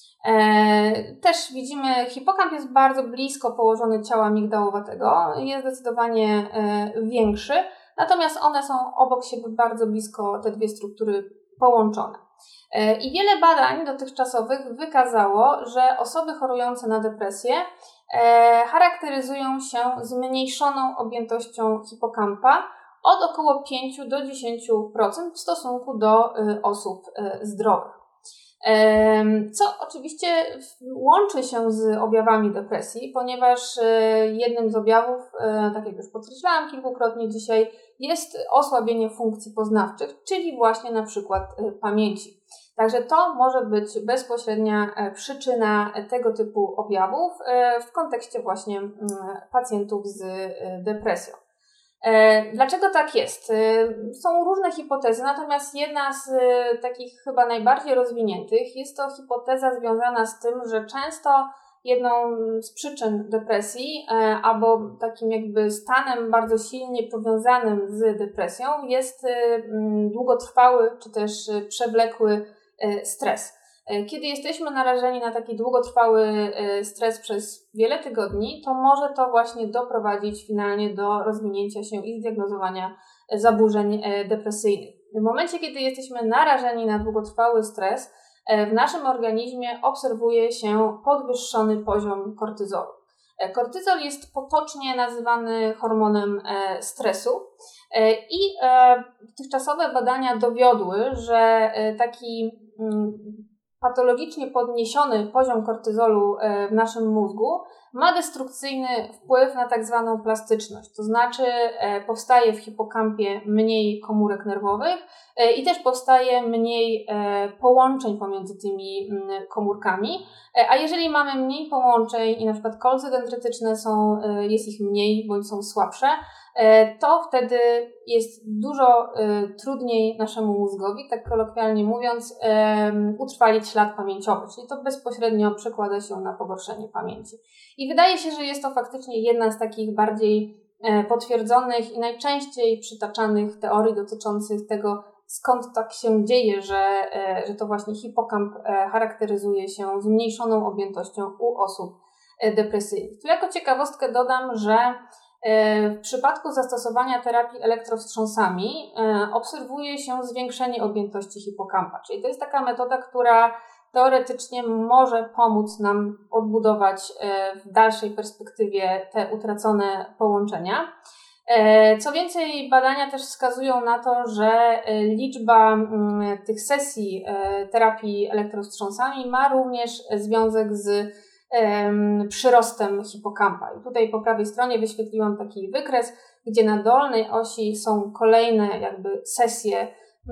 Też widzimy, hipokamp jest bardzo blisko położony ciała migdałowatego, jest zdecydowanie większy, natomiast one są obok siebie bardzo blisko, te dwie struktury połączone. I wiele badań dotychczasowych wykazało, że osoby chorujące na depresję charakteryzują się zmniejszoną objętością hipokampa od około 5 do 10% w stosunku do osób zdrowych. Co oczywiście łączy się z objawami depresji, ponieważ jednym z objawów, tak jak już podkreślałam kilkukrotnie dzisiaj, jest osłabienie funkcji poznawczych, czyli właśnie na przykład pamięci. Także to może być bezpośrednia przyczyna tego typu objawów w kontekście właśnie pacjentów z depresją. Dlaczego tak jest? Są różne hipotezy, natomiast jedna z takich chyba najbardziej rozwiniętych jest to hipoteza związana z tym, że często jedną z przyczyn depresji albo takim jakby stanem bardzo silnie powiązanym z depresją jest długotrwały czy też przewlekły stres. Kiedy jesteśmy narażeni na taki długotrwały stres przez wiele tygodni, to może to właśnie doprowadzić finalnie do rozwinięcia się i zdiagnozowania zaburzeń depresyjnych. W momencie, kiedy jesteśmy narażeni na długotrwały stres, w naszym organizmie obserwuje się podwyższony poziom kortyzolu. Kortyzol jest potocznie nazywany hormonem stresu i dotychczasowe badania dowiodły, że taki patologicznie podniesiony poziom kortyzolu w naszym mózgu ma destrukcyjny wpływ na tak zwaną plastyczność. To znaczy powstaje w hipokampie mniej komórek nerwowych i też powstaje mniej połączeń pomiędzy tymi komórkami. A jeżeli mamy mniej połączeń i na przykład kolce dendrytyczne jest ich mniej bądź są słabsze, to wtedy jest dużo trudniej naszemu mózgowi, tak kolokwialnie mówiąc, utrwalić ślad pamięciowy, czyli to bezpośrednio przekłada się na pogorszenie pamięci. I wydaje się, że jest to faktycznie jedna z takich bardziej potwierdzonych i najczęściej przytaczanych teorii dotyczących tego, skąd tak się dzieje, że to właśnie hipokamp charakteryzuje się zmniejszoną objętością u osób depresyjnych. Tu jako ciekawostkę dodam, że w przypadku zastosowania terapii elektrowstrząsami obserwuje się zwiększenie objętości hipokampa, czyli to jest taka metoda, która teoretycznie może pomóc nam odbudować w dalszej perspektywie te utracone połączenia. Co więcej, badania też wskazują na to, że liczba tych sesji terapii elektrowstrząsami ma również związek z przyrostem hipokampa. I tutaj po prawej stronie wyświetliłam taki wykres, gdzie na dolnej osi są kolejne jakby sesje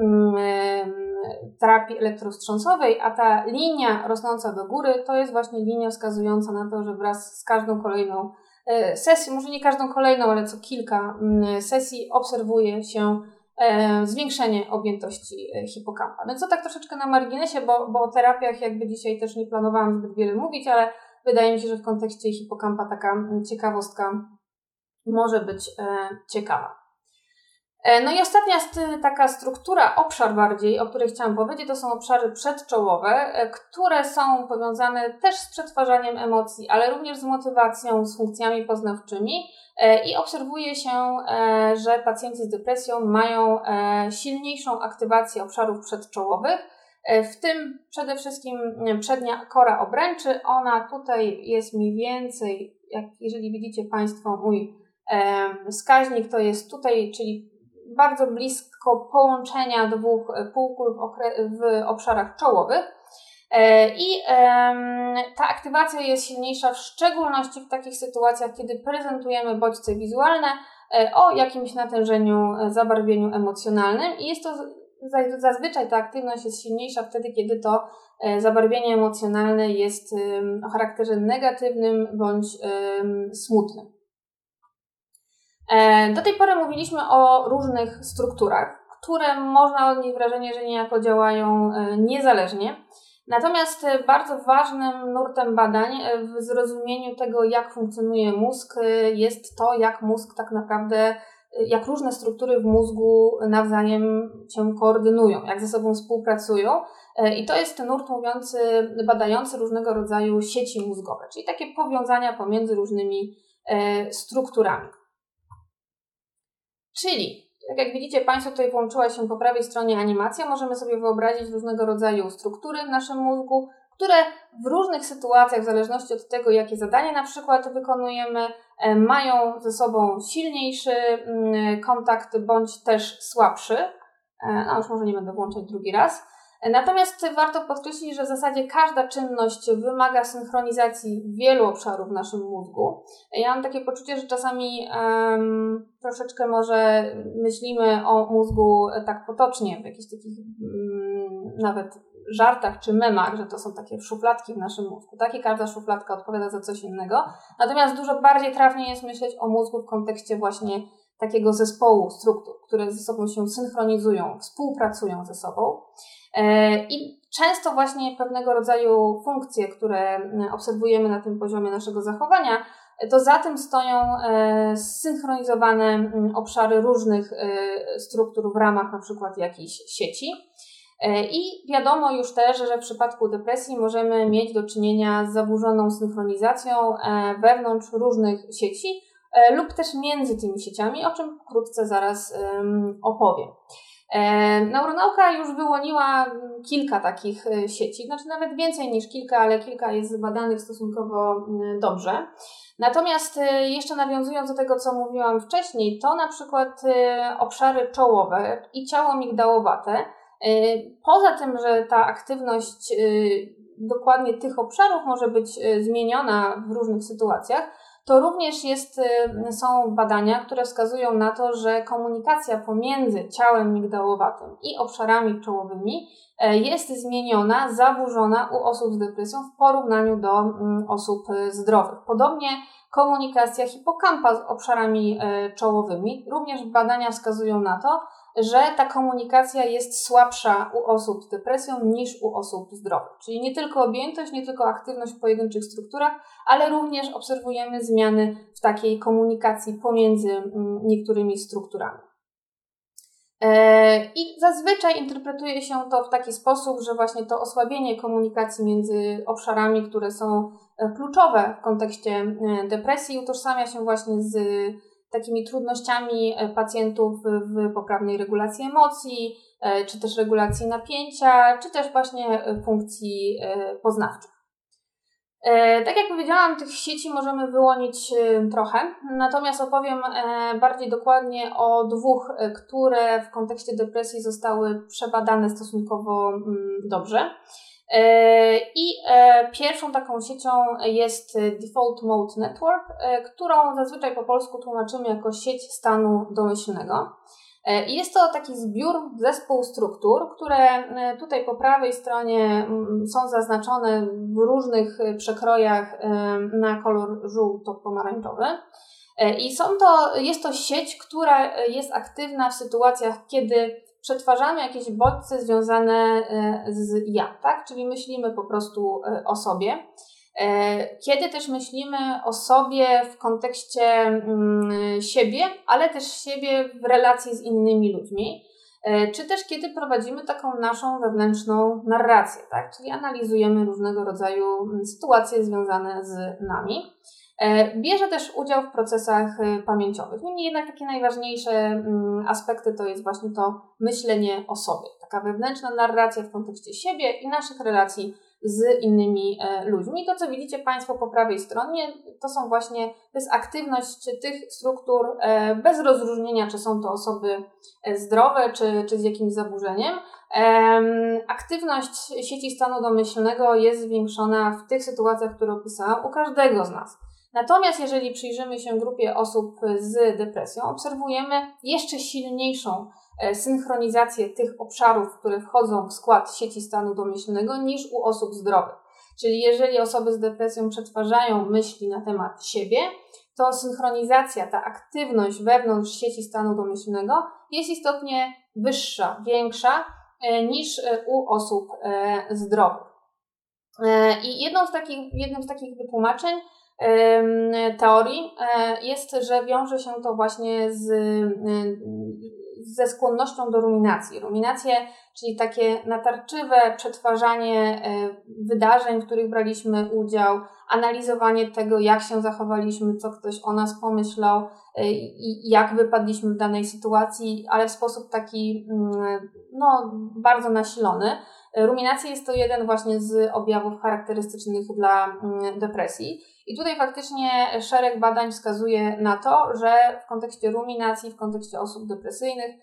terapii elektrowstrząsowej, a ta linia rosnąca do góry to jest właśnie linia wskazująca na to, że wraz z każdą kolejną sesją, może nie każdą kolejną, ale co kilka sesji obserwuje się zwiększenie objętości hipokampa. Więc to tak troszeczkę na marginesie, bo o terapiach jakby dzisiaj też nie planowałam zbyt wiele mówić, ale wydaje mi się, że w kontekście hipokampa taka ciekawostka może być ciekawa. No i ostatnia taka struktura, obszar bardziej, o której chciałam powiedzieć, to są obszary przedczołowe, które są powiązane też z przetwarzaniem emocji, ale również z motywacją, z funkcjami poznawczymi i obserwuje się, że pacjenci z depresją mają silniejszą aktywację obszarów przedczołowych, w tym przede wszystkim przednia kora obręczy. Ona tutaj jest mniej więcej, jeżeli widzicie Państwo mój wskaźnik, to jest tutaj, czyli bardzo blisko połączenia dwóch półkul w obszarach czołowych i ta aktywacja jest silniejsza w szczególności w takich sytuacjach, kiedy prezentujemy bodźce wizualne o jakimś natężeniu, zabarwieniu emocjonalnym i jest to zazwyczaj ta aktywność jest silniejsza wtedy, kiedy to zabarwienie emocjonalne jest o charakterze negatywnym bądź smutnym. Do tej pory mówiliśmy o różnych strukturach, które można odnieść wrażenie, że niejako działają niezależnie. Natomiast bardzo ważnym nurtem badań w zrozumieniu tego, jak funkcjonuje mózg, jest to, jak mózg tak naprawdę, jak różne struktury w mózgu nawzajem się koordynują, jak ze sobą współpracują. I to jest nurt badający różnego rodzaju sieci mózgowe, czyli takie powiązania pomiędzy różnymi strukturami. Czyli, tak jak widzicie Państwo, tutaj włączyła się po prawej stronie animacja, możemy sobie wyobrazić różnego rodzaju struktury w naszym mózgu, które w różnych sytuacjach, w zależności od tego, jakie zadanie na przykład wykonujemy, mają ze sobą silniejszy kontakt bądź też słabszy. No już może nie będę włączać drugi raz. Natomiast warto podkreślić, że w zasadzie każda czynność wymaga synchronizacji wielu obszarów w naszym mózgu. Ja mam takie poczucie, że czasami troszeczkę może myślimy o mózgu tak potocznie, w jakichś takich nawet żartach czy memach, że to są takie szufladki w naszym mózgu. Tak? I każda szufladka odpowiada za coś innego. Natomiast dużo bardziej trafnie jest myśleć o mózgu w kontekście właśnie takiego zespołu struktur, które ze sobą się synchronizują, współpracują ze sobą. I często właśnie pewnego rodzaju funkcje, które obserwujemy na tym poziomie naszego zachowania, to za tym stoją zsynchronizowane obszary różnych struktur w ramach na przykład jakiejś sieci. I wiadomo już też, że w przypadku depresji możemy mieć do czynienia z zaburzoną synchronizacją wewnątrz różnych sieci lub też między tymi sieciami, o czym wkrótce zaraz opowiem. Neuronauka już wyłoniła kilka takich sieci, znaczy nawet więcej niż kilka, ale kilka jest zbadanych stosunkowo dobrze. Natomiast jeszcze nawiązując do tego, co mówiłam wcześniej, to na przykład obszary czołowe i ciało migdałowate, poza tym, że ta aktywność dokładnie tych obszarów może być zmieniona w różnych sytuacjach, to również są badania, które wskazują na to, że komunikacja pomiędzy ciałem migdałowatym i obszarami czołowymi jest zmieniona, zaburzona u osób z depresją w porównaniu do osób zdrowych. Podobnie komunikacja hipokampa z obszarami czołowymi. Również badania wskazują na to, że ta komunikacja jest słabsza u osób z depresją niż u osób zdrowych. Czyli nie tylko objętość, nie tylko aktywność w pojedynczych strukturach, ale również obserwujemy zmiany w takiej komunikacji pomiędzy niektórymi strukturami. I zazwyczaj interpretuje się to w taki sposób, że właśnie to osłabienie komunikacji między obszarami, które są kluczowe w kontekście depresji, utożsamia się właśnie z takimi trudnościami pacjentów w poprawnej regulacji emocji, czy też regulacji napięcia, czy też właśnie funkcji poznawczych. Tak jak powiedziałam, tych sieci możemy wyłonić trochę, natomiast opowiem bardziej dokładnie o dwóch, które w kontekście depresji zostały przebadane stosunkowo dobrze. I pierwszą taką siecią jest Default Mode Network, którą zazwyczaj po polsku tłumaczymy jako sieć stanu domyślnego. Jest to taki zespół struktur, które tutaj po prawej stronie są zaznaczone w różnych przekrojach na kolor żółto-pomarańczowy. I jest to sieć, która jest aktywna w sytuacjach, kiedy przetwarzamy jakieś bodźce związane z ja, tak? Czyli myślimy po prostu o sobie. Kiedy też myślimy o sobie w kontekście siebie, ale też siebie w relacji z innymi ludźmi, czy też kiedy prowadzimy taką naszą wewnętrzną narrację, tak? Czyli analizujemy różnego rodzaju sytuacje związane z nami. Bierze też udział w procesach pamięciowych. Niemniej jednak takie najważniejsze aspekty to jest właśnie to myślenie o sobie. Taka wewnętrzna narracja w kontekście siebie i naszych relacji z innymi ludźmi. To, co widzicie Państwo po prawej stronie, to jest aktywność tych struktur bez rozróżnienia, czy są to osoby zdrowe, czy z jakimś zaburzeniem. Aktywność sieci stanu domyślnego jest zwiększona w tych sytuacjach, które opisałam, u każdego z nas. Natomiast jeżeli przyjrzymy się grupie osób z depresją, obserwujemy jeszcze silniejszą synchronizację tych obszarów, które wchodzą w skład sieci stanu domyślnego niż u osób zdrowych. Czyli jeżeli osoby z depresją przetwarzają myśli na temat siebie, to synchronizacja, ta aktywność wewnątrz sieci stanu domyślnego jest istotnie wyższa, większa niż u osób zdrowych. I jednym z takich wytłumaczeń teorii jest, że wiąże się to właśnie ze skłonnością do ruminacji. Ruminacje, czyli takie natarczywe przetwarzanie wydarzeń, w których braliśmy udział, analizowanie tego, jak się zachowaliśmy, co ktoś o nas pomyślał i jak wypadliśmy w danej sytuacji, ale w sposób taki bardzo nasilony. Ruminacja jest to jeden właśnie z objawów charakterystycznych dla depresji. I tutaj faktycznie szereg badań wskazuje na to, że w kontekście ruminacji, w kontekście osób depresyjnych,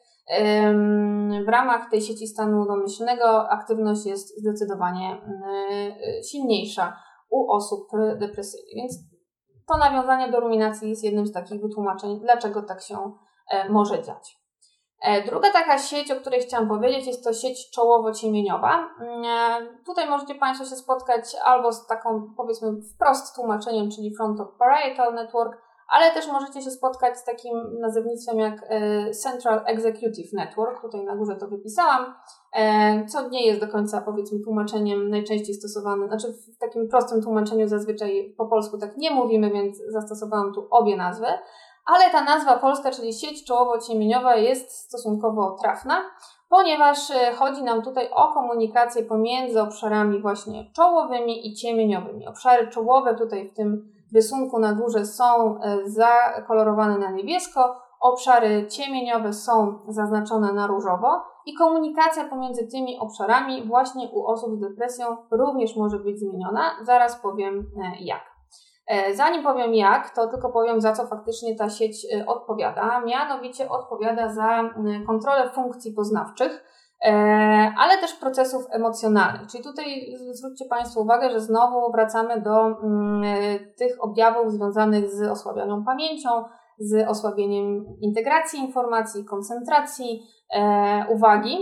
w ramach tej sieci stanu domyślnego aktywność jest zdecydowanie silniejsza u osób depresyjnych. Więc to nawiązanie do ruminacji jest jednym z takich wytłumaczeń, dlaczego tak się może dziać. Druga taka sieć, o której chciałam powiedzieć, jest to sieć czołowo-ciemieniowa. Tutaj możecie Państwo się spotkać albo z taką, powiedzmy, wprost tłumaczeniem, czyli frontoparietal network, ale też możecie się spotkać z takim nazewnictwem jak Central Executive Network. Tutaj na górze to wypisałam, co nie jest do końca, powiedzmy, tłumaczeniem najczęściej stosowanym, znaczy w takim prostym tłumaczeniu zazwyczaj po polsku tak nie mówimy, więc zastosowałam tu obie nazwy. Ale ta nazwa polska, czyli sieć czołowo-ciemieniowa, jest stosunkowo trafna, ponieważ chodzi nam tutaj o komunikację pomiędzy obszarami właśnie czołowymi i ciemieniowymi. Obszary czołowe tutaj w tym rysunku na górze są zakolorowane na niebiesko, obszary ciemieniowe są zaznaczone na różowo i komunikacja pomiędzy tymi obszarami właśnie u osób z depresją również może być zmieniona. Zaraz powiem jak. Zanim powiem jak, to tylko powiem, za co faktycznie ta sieć odpowiada. Mianowicie odpowiada za kontrolę funkcji poznawczych, ale też procesów emocjonalnych. Czyli tutaj zwróćcie Państwo uwagę, że znowu wracamy do tych objawów związanych z osłabioną pamięcią, z osłabieniem integracji informacji, koncentracji, uwagi.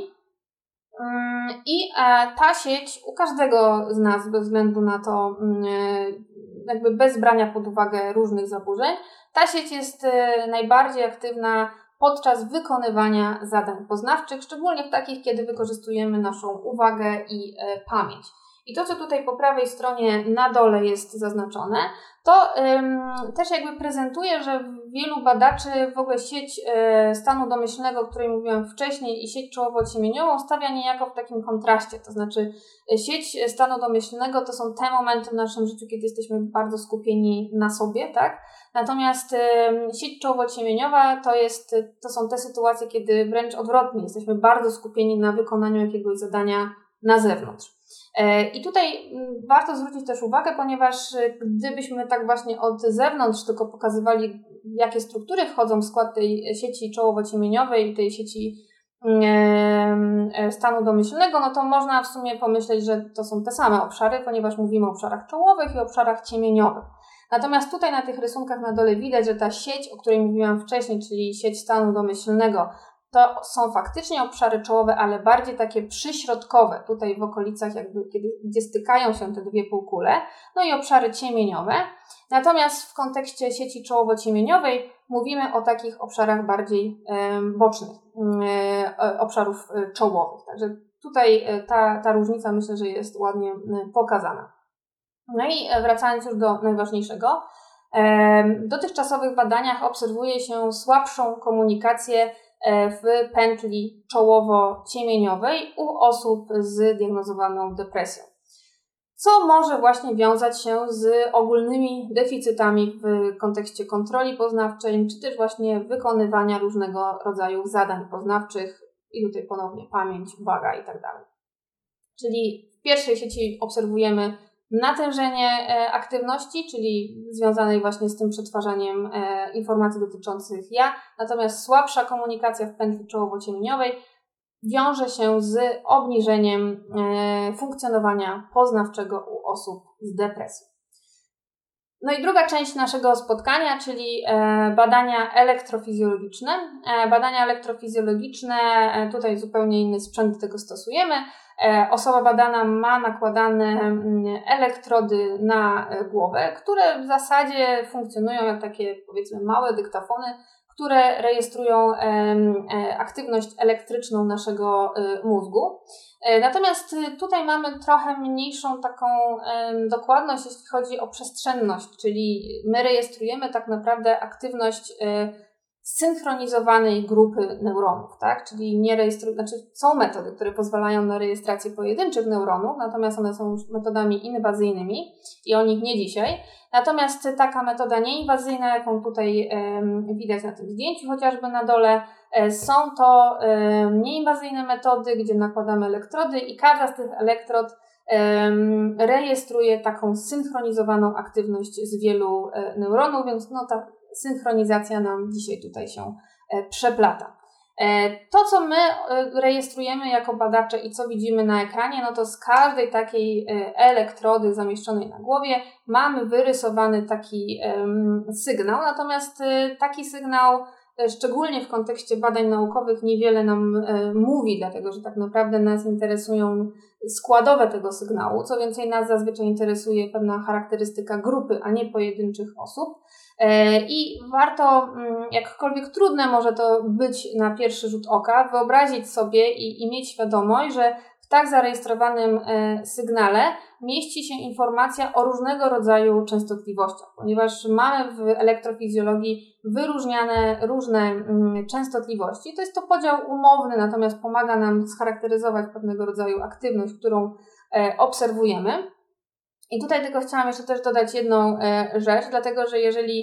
I ta sieć u każdego z nas, bez względu na to, jakby bez brania pod uwagę różnych zaburzeń, ta sieć jest najbardziej aktywna podczas wykonywania zadań poznawczych, szczególnie w takich, kiedy wykorzystujemy naszą uwagę i pamięć. I to, co tutaj po prawej stronie na dole jest zaznaczone, to też jakby prezentuje, że wielu badaczy w ogóle sieć stanu domyślnego, o której mówiłam wcześniej, i sieć czołowo-ciemieniową stawia niejako w takim kontraście. To znaczy sieć stanu domyślnego to są te momenty w naszym życiu, kiedy jesteśmy bardzo skupieni na sobie, tak? Natomiast sieć czołowo-ciemieniowa to są te sytuacje, kiedy wręcz odwrotnie, jesteśmy bardzo skupieni na wykonaniu jakiegoś zadania na zewnątrz. I tutaj warto zwrócić też uwagę, ponieważ gdybyśmy tak właśnie od zewnątrz tylko pokazywali, jakie struktury wchodzą w skład tej sieci czołowo-ciemieniowej i tej sieci stanu domyślnego, no to można w sumie pomyśleć, że to są te same obszary, ponieważ mówimy o obszarach czołowych i obszarach ciemieniowych. Natomiast tutaj na tych rysunkach na dole widać, że ta sieć, o której mówiłam wcześniej, czyli sieć stanu domyślnego, to są faktycznie obszary czołowe, ale bardziej takie przyśrodkowe, tutaj w okolicach gdzie stykają się te dwie półkule, no i obszary ciemieniowe. Natomiast w kontekście sieci czołowo-ciemieniowej mówimy o takich obszarach bardziej bocznych, obszarów czołowych. Także tutaj ta różnica myślę, że jest ładnie pokazana. No i wracając już do najważniejszego, w dotychczasowych badaniach obserwuje się słabszą komunikację w pętli czołowo-ciemieniowej u osób z diagnozowaną depresją, co może właśnie wiązać się z ogólnymi deficytami w kontekście kontroli poznawczej, czy też właśnie wykonywania różnego rodzaju zadań poznawczych i tutaj ponownie pamięć, uwaga i tak dalej. Czyli w pierwszej sieci obserwujemy natężenie aktywności, czyli związanej właśnie z tym przetwarzaniem informacji dotyczących ja, natomiast słabsza komunikacja w pętli czołowo-ciemieniowej wiąże się z obniżeniem funkcjonowania poznawczego u osób z depresją. No i druga część naszego spotkania, czyli badania elektrofizjologiczne. Badania elektrofizjologiczne, tutaj zupełnie inny sprzęt do tego stosujemy. Osoba badana ma nakładane elektrody na głowę, które w zasadzie funkcjonują jak takie, powiedzmy, małe dyktafony, które rejestrują aktywność elektryczną naszego mózgu. Natomiast tutaj mamy trochę mniejszą taką dokładność, jeśli chodzi o przestrzenność, czyli my rejestrujemy tak naprawdę aktywność zsynchronizowanej grupy neuronów, tak? Czyli są metody, które pozwalają na rejestrację pojedynczych neuronów, natomiast one są już metodami inwazyjnymi i o nich nie dzisiaj. Natomiast taka metoda nieinwazyjna, jaką tutaj widać na tym zdjęciu, chociażby na dole, są to nieinwazyjne metody, gdzie nakładamy elektrody i każda z tych elektrod rejestruje taką zsynchronizowaną aktywność z wielu neuronów, więc ta synchronizacja nam dzisiaj tutaj się przeplata. To, co my rejestrujemy jako badacze i co widzimy na ekranie, no to z każdej takiej elektrody zamieszczonej na głowie mamy wyrysowany taki sygnał, natomiast taki sygnał, szczególnie w kontekście badań naukowych, niewiele nam mówi, dlatego że tak naprawdę nas interesują składowe tego sygnału. Co więcej, nas zazwyczaj interesuje pewna charakterystyka grupy, a nie pojedynczych osób. I warto, jakkolwiek trudne może to być na pierwszy rzut oka, wyobrazić sobie i mieć świadomość, że w tak zarejestrowanym sygnale mieści się informacja o różnego rodzaju częstotliwościach, ponieważ mamy w elektrofizjologii wyróżniane różne częstotliwości. To jest to podział umowny, natomiast pomaga nam scharakteryzować pewnego rodzaju aktywność, którą obserwujemy. I tutaj tylko chciałam jeszcze też dodać jedną rzecz, dlatego że jeżeli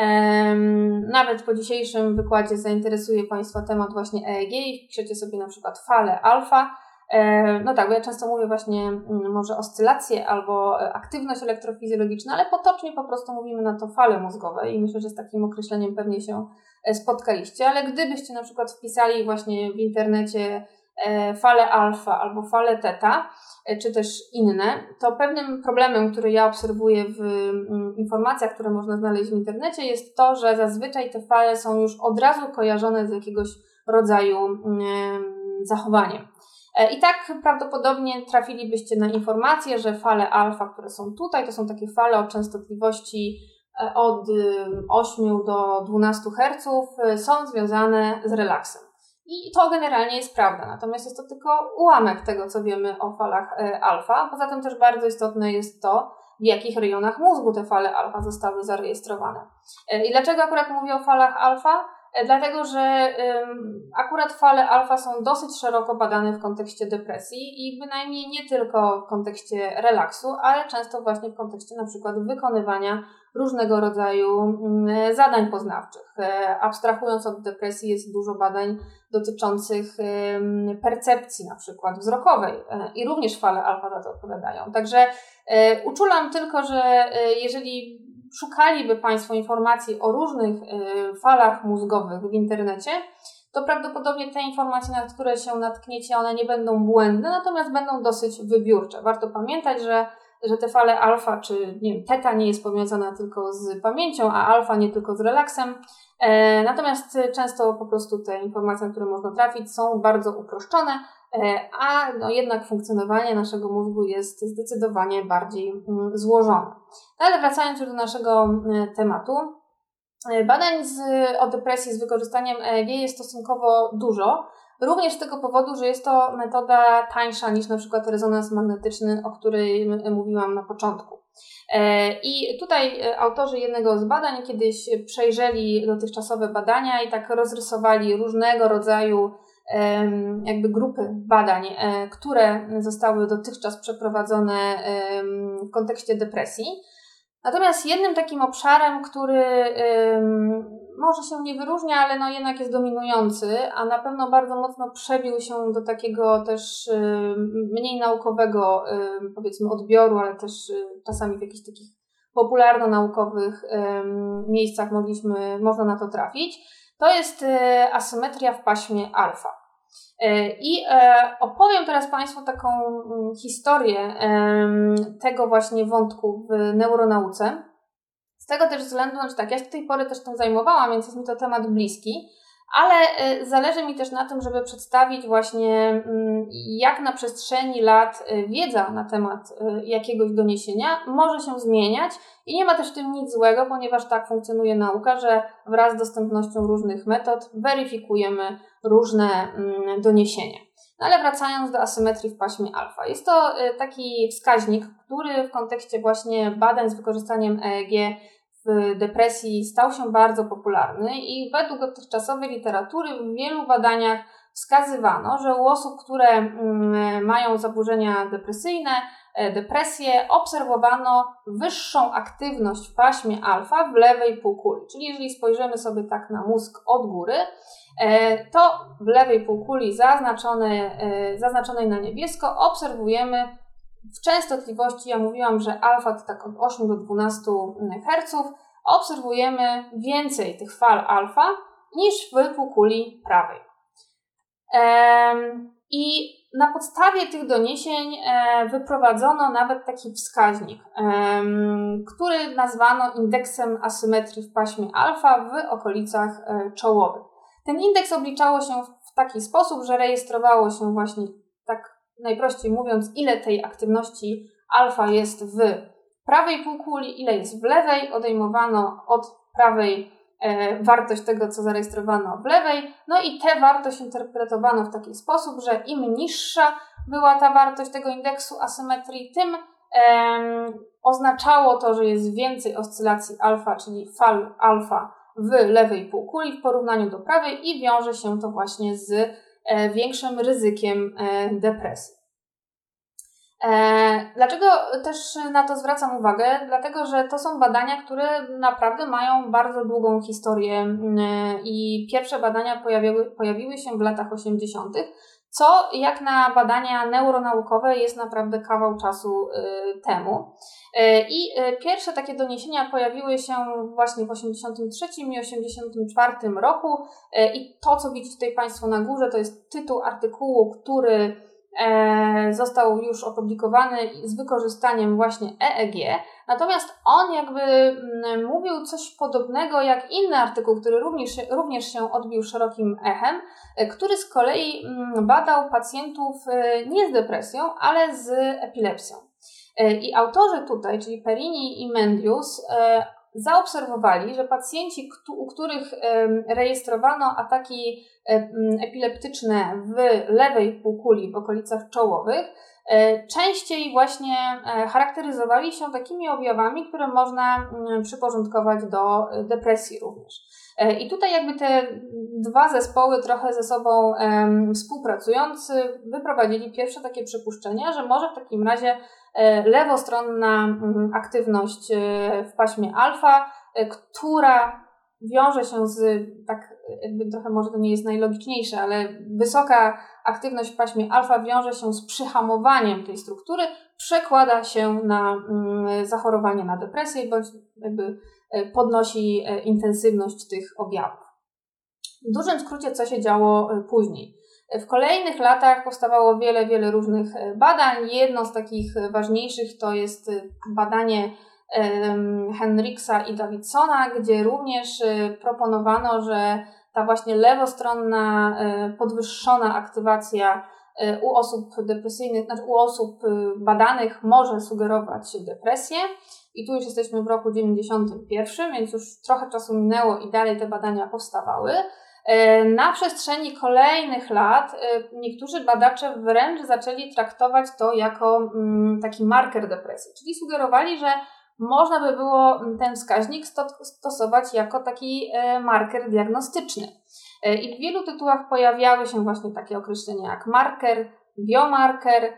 nawet po dzisiejszym wykładzie zainteresuje Państwa temat właśnie EEG i wpiszecie sobie na przykład falę alfa, no tak, bo ja często mówię właśnie może oscylacje albo aktywność elektrofizjologiczna, ale potocznie po prostu mówimy na to fale mózgowe i myślę, że z takim określeniem pewnie się spotkaliście, ale gdybyście na przykład wpisali właśnie w internecie falę alfa albo falę teta, czy też inne, to pewnym problemem, który ja obserwuję w informacjach, które można znaleźć w internecie, jest to, że zazwyczaj te fale są już od razu kojarzone z jakiegoś rodzaju zachowaniem. I tak prawdopodobnie trafilibyście na informację, że fale alfa, które są tutaj, to są takie fale o częstotliwości od 8 do 12 Hz, są związane z relaksem. I to generalnie jest prawda, natomiast jest to tylko ułamek tego, co wiemy o falach alfa. Poza tym też bardzo istotne jest to, w jakich rejonach mózgu te fale alfa zostały zarejestrowane. I dlaczego akurat mówię o falach alfa? Dlatego, że akurat fale alfa są dosyć szeroko badane w kontekście depresji i bynajmniej nie tylko w kontekście relaksu, ale często właśnie w kontekście na przykład wykonywania różnego rodzaju zadań poznawczych. Abstrahując od depresji, jest dużo badań dotyczących percepcji na przykład wzrokowej i również fale alfa za to odpowiadają. Także uczulam tylko, że jeżeli szukaliby Państwo informacji o różnych falach mózgowych w internecie, to prawdopodobnie te informacje, na które się natkniecie, one nie będą błędne, natomiast będą dosyć wybiórcze. Warto pamiętać, że te fale alfa, czy nie wiem, teta nie jest powiązana tylko z pamięcią, a alfa nie tylko z relaksem. Natomiast często po prostu te informacje, na które można trafić, są bardzo uproszczone, a jednak funkcjonowanie naszego mózgu jest zdecydowanie bardziej złożone. Ale wracając już do naszego tematu, badań o depresji z wykorzystaniem EEG jest stosunkowo dużo, również z tego powodu, że jest to metoda tańsza niż na przykład rezonans magnetyczny, o której mówiłam na początku. I tutaj autorzy jednego z badań kiedyś przejrzeli dotychczasowe badania i tak rozrysowali różnego rodzaju jakby grupy badań, które zostały dotychczas przeprowadzone w kontekście depresji. Natomiast jednym takim obszarem, który może się nie wyróżnia, ale jednak jest dominujący, a na pewno bardzo mocno przebił się do takiego też mniej naukowego, powiedzmy, odbioru, ale też czasami w jakichś takich popularno-naukowych miejscach można na to trafić, to jest asymetria w paśmie alfa. I opowiem teraz Państwu taką historię tego właśnie wątku w neuronauce. Z tego też względu, że tak, ja się do tej pory też tym zajmowałam, więc jest mi to temat bliski, ale zależy mi też na tym, żeby przedstawić właśnie, jak na przestrzeni lat wiedza na temat jakiegoś doniesienia może się zmieniać i nie ma też w tym nic złego, ponieważ tak funkcjonuje nauka, że wraz z dostępnością różnych metod weryfikujemy różne doniesienia. No ale wracając do asymetrii w paśmie alfa. Jest to taki wskaźnik, który w kontekście właśnie badań z wykorzystaniem EEG w depresji stał się bardzo popularny i według dotychczasowej literatury w wielu badaniach wskazywano, że u osób, które mają zaburzenia depresyjne, depresję, obserwowano wyższą aktywność w paśmie alfa w lewej półkuli. Czyli jeżeli spojrzymy sobie tak na mózg od góry, to w lewej półkuli zaznaczonej na niebiesko obserwujemy w częstotliwości, ja mówiłam, że alfa to tak od 8 do 12 Hz, obserwujemy więcej tych fal alfa niż w półkuli prawej. I na podstawie tych doniesień wyprowadzono nawet taki wskaźnik, który nazwano indeksem asymetrii w paśmie alfa w okolicach czołowych. Ten indeks obliczało się w taki sposób, że rejestrowało się właśnie, tak najprościej mówiąc, ile tej aktywności alfa jest w prawej półkuli, ile jest w lewej, odejmowano od prawej wartość tego, co zarejestrowano w lewej, no i tę wartość interpretowano w taki sposób, że im niższa była ta wartość tego indeksu asymetrii, tym oznaczało to, że jest więcej oscylacji alfa, czyli fal alfa w lewej półkuli w porównaniu do prawej i wiąże się to właśnie z większym ryzykiem depresji. Dlaczego też na to zwracam uwagę? Dlatego, że to są badania, które naprawdę mają bardzo długą historię i pierwsze badania pojawiły się w latach 80., co jak na badania neuronaukowe jest naprawdę kawał czasu temu. I pierwsze takie doniesienia pojawiły się właśnie w 83 i 84 roku i to, co widzicie tutaj Państwo na górze, to jest tytuł artykułu, który został już opublikowany z wykorzystaniem właśnie EEG, natomiast on jakby mówił coś podobnego jak inny artykuł, który również się odbił szerokim echem, który z kolei badał pacjentów nie z depresją, ale z epilepsją. I autorzy tutaj, czyli Perini i Mendius, zaobserwowali, że pacjenci, u których rejestrowano ataki epileptyczne w lewej półkuli, w okolicach czołowych, częściej właśnie charakteryzowali się takimi objawami, które można przyporządkować do depresji również. I tutaj jakby te dwa zespoły trochę ze sobą współpracując wyprowadzili pierwsze takie przypuszczenia, że może w takim razie lewostronna aktywność w paśmie alfa, która wiąże się z, tak jakby trochę może to nie jest najlogiczniejsze, ale wysoka aktywność w paśmie alfa wiąże się z przyhamowaniem tej struktury, przekłada się na zachorowanie na depresję, bądź jakby podnosi intensywność tych objawów. W dużym skrócie, co się działo później? W kolejnych latach powstawało wiele różnych badań. Jedno z takich ważniejszych to jest badanie Henriksa i Davidsona, gdzie również proponowano, że ta właśnie lewostronna podwyższona aktywacja u osób depresyjnych, znaczy u osób badanych może sugerować depresję. I tu już jesteśmy w roku 91, więc już trochę czasu minęło i dalej te badania powstawały. Na przestrzeni kolejnych lat niektórzy badacze wręcz zaczęli traktować to jako taki marker depresji, czyli sugerowali, że można by było ten wskaźnik stosować jako taki marker diagnostyczny. I w wielu tytułach pojawiały się właśnie takie określenia jak marker, biomarker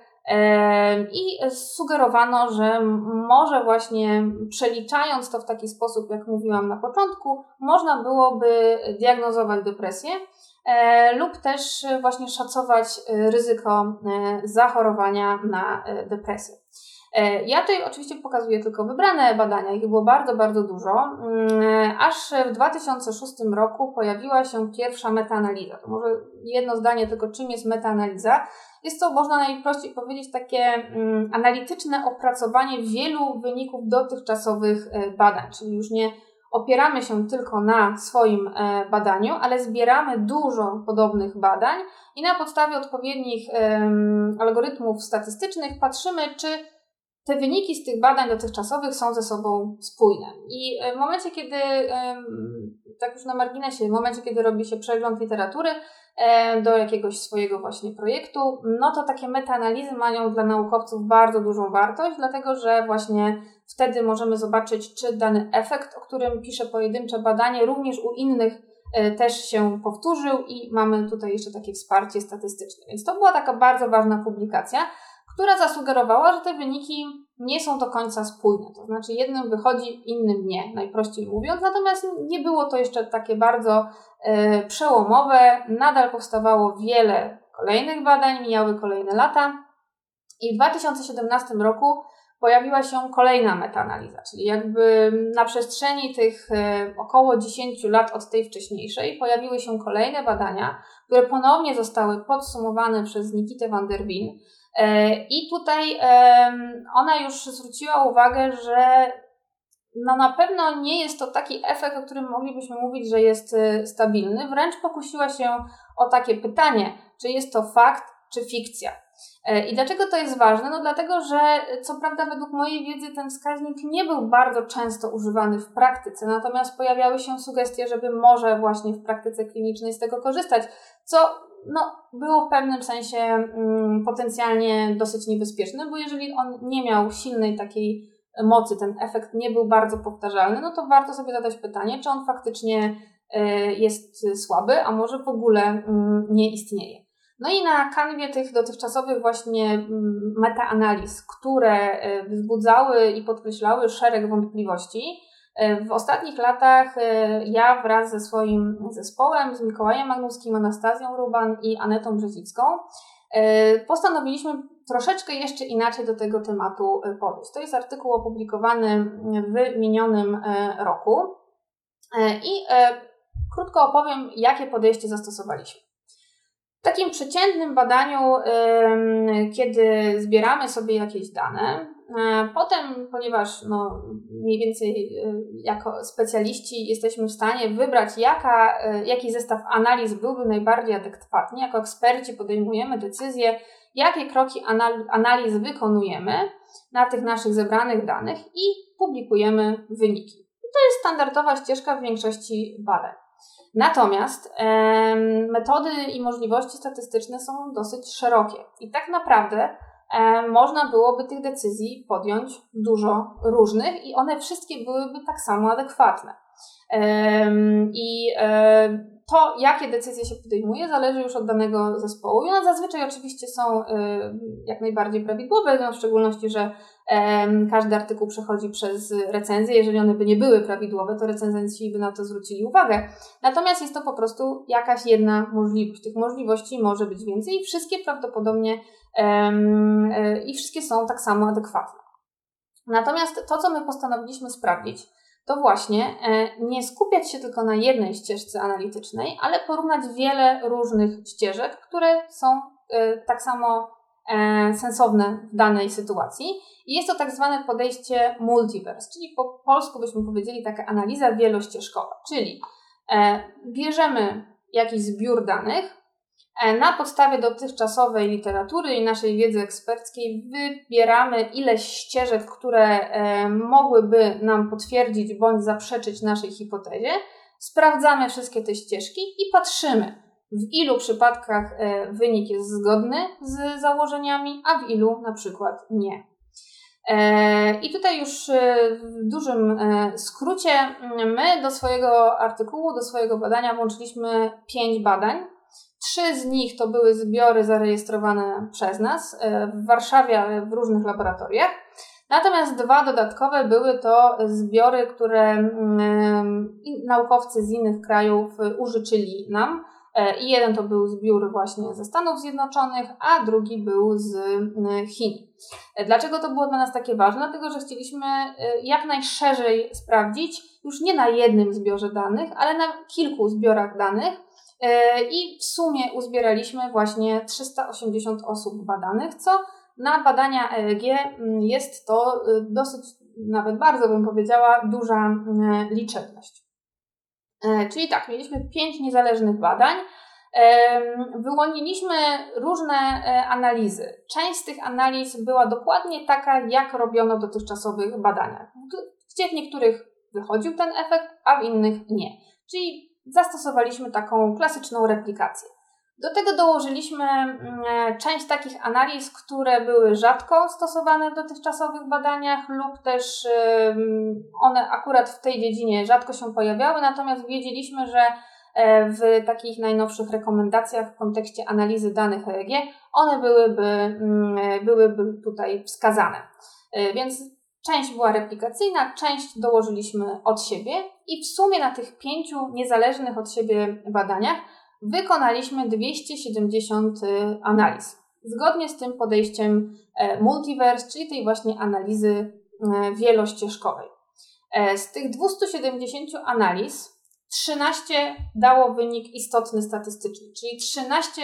i sugerowano, że może właśnie przeliczając to w taki sposób, jak mówiłam na początku, można byłoby diagnozować depresję lub też właśnie szacować ryzyko zachorowania na depresję. Ja tutaj oczywiście pokazuję tylko wybrane badania, ich było bardzo dużo, aż w 2006 roku pojawiła się pierwsza metaanaliza. To może jedno zdanie tylko, czym jest metaanaliza. Jest to, można najprościej powiedzieć, takie analityczne opracowanie wielu wyników dotychczasowych badań, czyli już nie opieramy się tylko na swoim badaniu, ale zbieramy dużo podobnych badań i na podstawie odpowiednich algorytmów statystycznych patrzymy, czy te wyniki z tych badań dotychczasowych są ze sobą spójne. I w momencie, kiedy, tak już na marginesie, w momencie, kiedy robi się przegląd literatury do jakiegoś swojego właśnie projektu, no to takie metaanalizy mają dla naukowców bardzo dużą wartość, dlatego że właśnie wtedy możemy zobaczyć, czy dany efekt, o którym pisze pojedyncze badanie, również u innych też się powtórzył i mamy tutaj jeszcze takie wsparcie statystyczne. Więc to była taka bardzo ważna publikacja, która zasugerowała, że te wyniki nie są do końca spójne. To znaczy jednym wychodzi, innym nie, najprościej mówiąc. Natomiast nie było to jeszcze takie bardzo przełomowe. Nadal powstawało wiele kolejnych badań, mijały kolejne lata. I w 2017 roku pojawiła się kolejna metaanaliza, czyli jakby na przestrzeni tych około 10 lat od tej wcześniejszej pojawiły się kolejne badania, które ponownie zostały podsumowane przez Nikitę van der Wien. I tutaj ona już zwróciła uwagę, że no na pewno nie jest to taki efekt, o którym moglibyśmy mówić, że jest stabilny. Wręcz pokusiła się o takie pytanie, czy jest to fakt, czy fikcja. I dlaczego to jest ważne? No dlatego, że co prawda według mojej wiedzy ten wskaźnik nie był bardzo często używany w praktyce, natomiast pojawiały się sugestie, żeby może właśnie w praktyce klinicznej z tego korzystać, co było w pewnym sensie potencjalnie dosyć niebezpieczne, bo jeżeli on nie miał silnej takiej mocy, ten efekt nie był bardzo powtarzalny, no to warto sobie zadać pytanie, czy on faktycznie jest słaby, a może w ogóle nie istnieje. No i na kanwie tych dotychczasowych właśnie metaanaliz, które wzbudzały i podkreślały szereg wątpliwości, w ostatnich latach ja wraz ze swoim zespołem, z Mikołajem Magnuskim, Anastazją Ruban i Anetą Brzezicką postanowiliśmy troszeczkę jeszcze inaczej do tego tematu podejść. To jest artykuł opublikowany w minionym roku i krótko opowiem, jakie podejście zastosowaliśmy. W takim przeciętnym badaniu, kiedy zbieramy sobie jakieś dane, potem, ponieważ mniej więcej jako specjaliści jesteśmy w stanie wybrać, jaki zestaw analiz byłby najbardziej adekwatny, jako eksperci podejmujemy decyzję, jakie kroki analiz wykonujemy na tych naszych zebranych danych i publikujemy wyniki. To jest standardowa ścieżka w większości badań. Natomiast metody i możliwości statystyczne są dosyć szerokie i tak naprawdę można byłoby tych decyzji podjąć dużo różnych i one wszystkie byłyby tak samo adekwatne. To, jakie decyzje się podejmuje, zależy już od danego zespołu i one zazwyczaj oczywiście są jak najbardziej prawidłowe, w szczególności, że każdy artykuł przechodzi przez recenzję. Jeżeli one by nie były prawidłowe, to recenzenci by na to zwrócili uwagę. Natomiast jest to po prostu jakaś jedna możliwość. Tych możliwości może być więcej i wszystkie prawdopodobnie i wszystkie są tak samo adekwatne. Natomiast to, co my postanowiliśmy sprawdzić, to właśnie nie skupiać się tylko na jednej ścieżce analitycznej, ale porównać wiele różnych ścieżek, które są tak samo sensowne w danej sytuacji. I jest to tak zwane podejście multiverse, czyli po polsku byśmy powiedzieli taka analiza wielościeżkowa, czyli bierzemy jakiś zbiór danych, na podstawie dotychczasowej literatury i naszej wiedzy eksperckiej wybieramy ileś ścieżek, które mogłyby nam potwierdzić bądź zaprzeczyć naszej hipotezie. Sprawdzamy wszystkie te ścieżki i patrzymy, w ilu przypadkach wynik jest zgodny z założeniami, a w ilu na przykład nie. I tutaj już w dużym skrócie my do swojego artykułu, do swojego badania włączyliśmy 5 badań. 3 z nich to były zbiory zarejestrowane przez nas w Warszawie, ale w różnych laboratoriach. Natomiast 2 dodatkowe były to zbiory, które naukowcy z innych krajów użyczyli nam. I jeden to był zbiór właśnie ze Stanów Zjednoczonych, a drugi był z Chin. Dlaczego to było dla nas takie ważne? Dlatego, że chcieliśmy jak najszerzej sprawdzić, już nie na jednym zbiorze danych, ale na kilku zbiorach danych. I w sumie uzbieraliśmy właśnie 380 osób badanych, co na badania EEG jest to dosyć, nawet bardzo bym powiedziała, duża liczebność. Czyli tak, mieliśmy 5 niezależnych badań, wyłoniliśmy różne analizy. Część z tych analiz była dokładnie taka, jak robiono w dotychczasowych badaniach, gdzie w niektórych wychodził ten efekt, a w innych nie. Czyli zastosowaliśmy taką klasyczną replikację. Do tego dołożyliśmy część takich analiz, które były rzadko stosowane w dotychczasowych badaniach lub też one akurat w tej dziedzinie rzadko się pojawiały, natomiast wiedzieliśmy, że w takich najnowszych rekomendacjach w kontekście analizy danych EEG one byłyby tutaj wskazane. Więc część była replikacyjna, część dołożyliśmy od siebie i w sumie na tych 5 niezależnych od siebie badaniach wykonaliśmy 270 analiz. Zgodnie z tym podejściem multiverse, czyli tej właśnie analizy wielościeżkowej. Z tych 270 analiz 13 dało wynik istotny statystyczny, czyli 13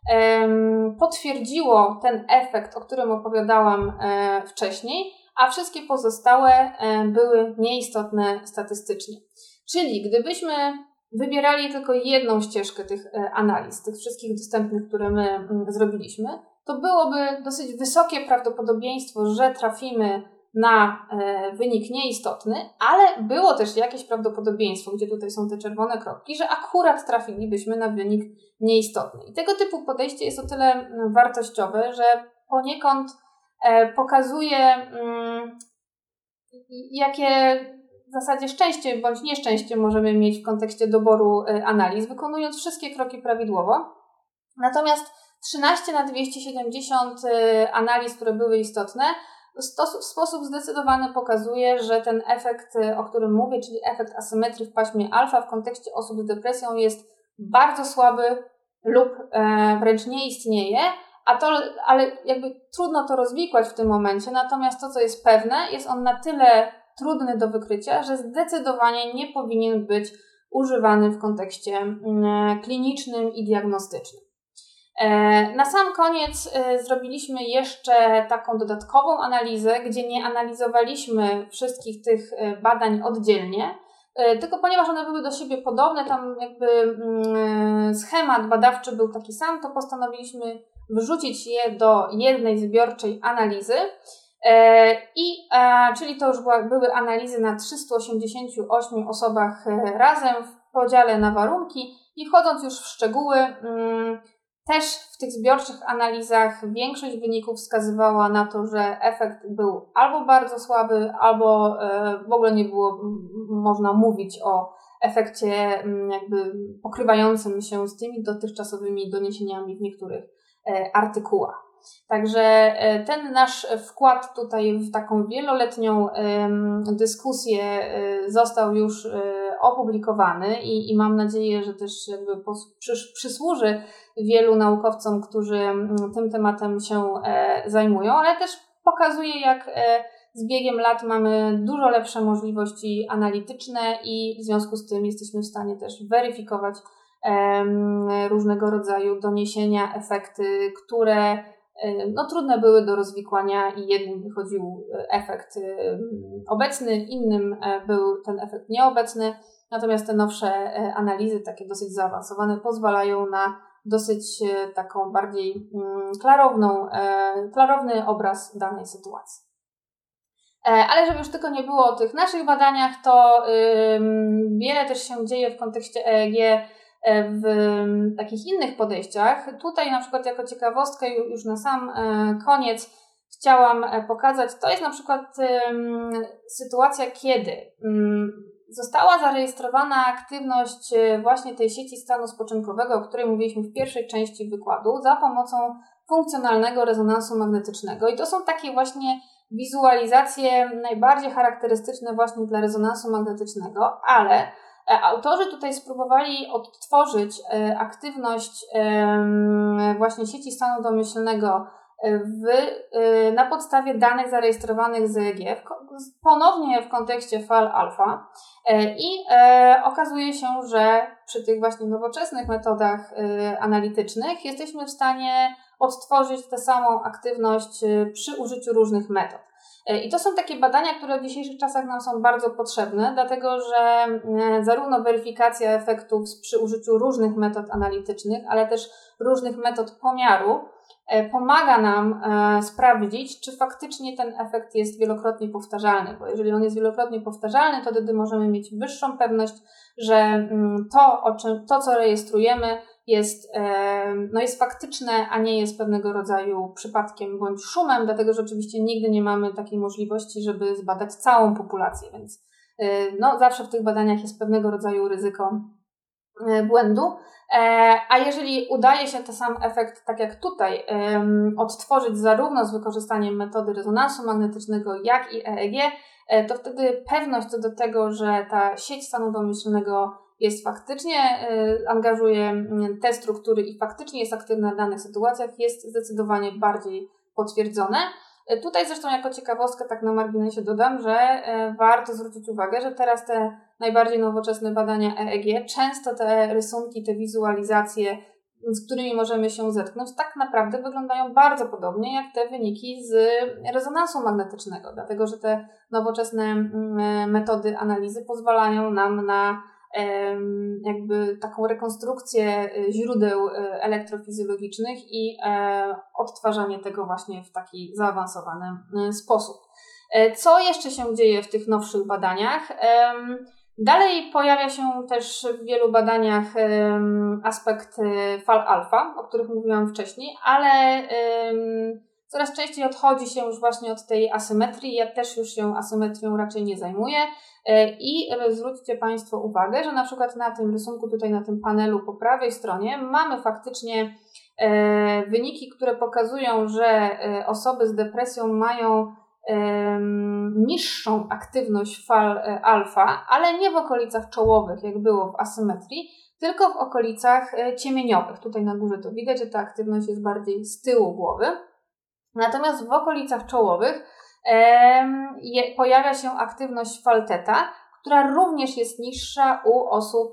potwierdziło ten efekt, o którym opowiadałam wcześniej, a wszystkie pozostałe były nieistotne statystycznie. Czyli gdybyśmy wybierali tylko jedną ścieżkę tych analiz, tych wszystkich dostępnych, które my zrobiliśmy, to byłoby dosyć wysokie prawdopodobieństwo, że trafimy na wynik nieistotny, ale było też jakieś prawdopodobieństwo, gdzie tutaj są te czerwone kropki, że akurat trafilibyśmy na wynik nieistotny. I tego typu podejście jest o tyle wartościowe, że poniekąd pokazuje, jakie w zasadzie szczęście bądź nieszczęście możemy mieć w kontekście doboru analiz, wykonując wszystkie kroki prawidłowo. Natomiast 13 na 270 analiz, które były istotne, w sposób zdecydowany pokazuje, że ten efekt, o którym mówię, czyli efekt asymetrii w paśmie alfa w kontekście osób z depresją jest bardzo słaby lub wręcz nie istnieje, ale jakby trudno to rozwikłać w tym momencie, natomiast to, co jest pewne, jest on na tyle trudny do wykrycia, że zdecydowanie nie powinien być używany w kontekście klinicznym i diagnostycznym. Na sam koniec zrobiliśmy jeszcze taką dodatkową analizę, gdzie nie analizowaliśmy wszystkich tych badań oddzielnie, tylko ponieważ one były do siebie podobne, tam jakby schemat badawczy był taki sam, to postanowiliśmy wrzucić je do jednej zbiorczej analizy Czyli to już były analizy na 388 osobach razem w podziale na warunki i wchodząc już w szczegóły, też w tych zbiorczych analizach większość wyników wskazywała na to, że efekt był albo bardzo słaby, albo w ogóle nie było można mówić o efekcie jakby pokrywającym się z tymi dotychczasowymi doniesieniami w niektórych artykułach. Także ten nasz wkład tutaj w taką wieloletnią dyskusję został już opublikowany i mam nadzieję, że też jakby przysłuży wielu naukowcom, którzy tym tematem się zajmują, ale też pokazuje, jak z biegiem lat mamy dużo lepsze możliwości analityczne i w związku z tym jesteśmy w stanie też weryfikować różnego rodzaju doniesienia, efekty, które trudne były do rozwikłania i jednym wychodził efekt obecny, innym był ten efekt nieobecny. Natomiast te nowsze analizy, takie dosyć zaawansowane, pozwalają na dosyć taką bardziej klarowny obraz danej sytuacji. Ale żeby już tylko nie było o tych naszych badaniach, to wiele też się dzieje w kontekście EEG w takich innych podejściach. Tutaj na przykład jako ciekawostkę już na sam koniec chciałam pokazać, to jest na przykład sytuacja, kiedy została zarejestrowana aktywność właśnie tej sieci stanu spoczynkowego, o której mówiliśmy w pierwszej części wykładu, za pomocą funkcjonalnego rezonansu magnetycznego. I to są takie właśnie wizualizacje najbardziej charakterystyczne właśnie dla rezonansu magnetycznego, ale autorzy tutaj spróbowali odtworzyć aktywność właśnie sieci stanu domyślnego na podstawie danych zarejestrowanych z EEG, ponownie w kontekście fal alfa i okazuje się, że przy tych właśnie nowoczesnych metodach analitycznych jesteśmy w stanie odtworzyć tę samą aktywność przy użyciu różnych metod. I to są takie badania, które w dzisiejszych czasach nam są bardzo potrzebne, dlatego że zarówno weryfikacja efektów przy użyciu różnych metod analitycznych, ale też różnych metod pomiaru pomaga nam sprawdzić, czy faktycznie ten efekt jest wielokrotnie powtarzalny, bo jeżeli on jest wielokrotnie powtarzalny, to wtedy możemy mieć wyższą pewność, że to co rejestrujemy jest faktyczne, a nie jest pewnego rodzaju przypadkiem bądź szumem, dlatego że oczywiście nigdy nie mamy takiej możliwości, żeby zbadać całą populację, więc zawsze w tych badaniach jest pewnego rodzaju ryzyko błędu, a jeżeli udaje się ten sam efekt, tak jak tutaj, odtworzyć zarówno z wykorzystaniem metody rezonansu magnetycznego, jak i EEG, to wtedy pewność co do tego, że ta sieć stanu domyślnego faktycznie angażuje te struktury i faktycznie jest aktywna w danych sytuacjach, jest zdecydowanie bardziej potwierdzone. Tutaj zresztą jako ciekawostkę tak na marginesie dodam, że warto zwrócić uwagę, że teraz te najbardziej nowoczesne badania EEG, często te rysunki, te wizualizacje, z którymi możemy się zetknąć, tak naprawdę wyglądają bardzo podobnie jak te wyniki z rezonansu magnetycznego, dlatego że te nowoczesne metody analizy pozwalają nam na jakby taką rekonstrukcję źródeł elektrofizjologicznych i odtwarzanie tego właśnie w taki zaawansowany sposób. Co jeszcze się dzieje w tych nowszych badaniach? Dalej pojawia się też w wielu badaniach aspekt fal alfa, o których mówiłam wcześniej, ale coraz częściej odchodzi się już właśnie od tej asymetrii. Ja też już się asymetrią raczej nie zajmuję i zwróćcie Państwo uwagę, że na przykład na tym rysunku, tutaj na tym panelu po prawej stronie mamy faktycznie wyniki, które pokazują, że osoby z depresją mają niższą aktywność fal alfa, ale nie w okolicach czołowych, jak było w asymetrii, tylko w okolicach ciemieniowych. Tutaj na górze to widać, że ta aktywność jest bardziej z tyłu głowy. Natomiast w okolicach czołowych pojawia się aktywność fal theta, która również jest niższa u osób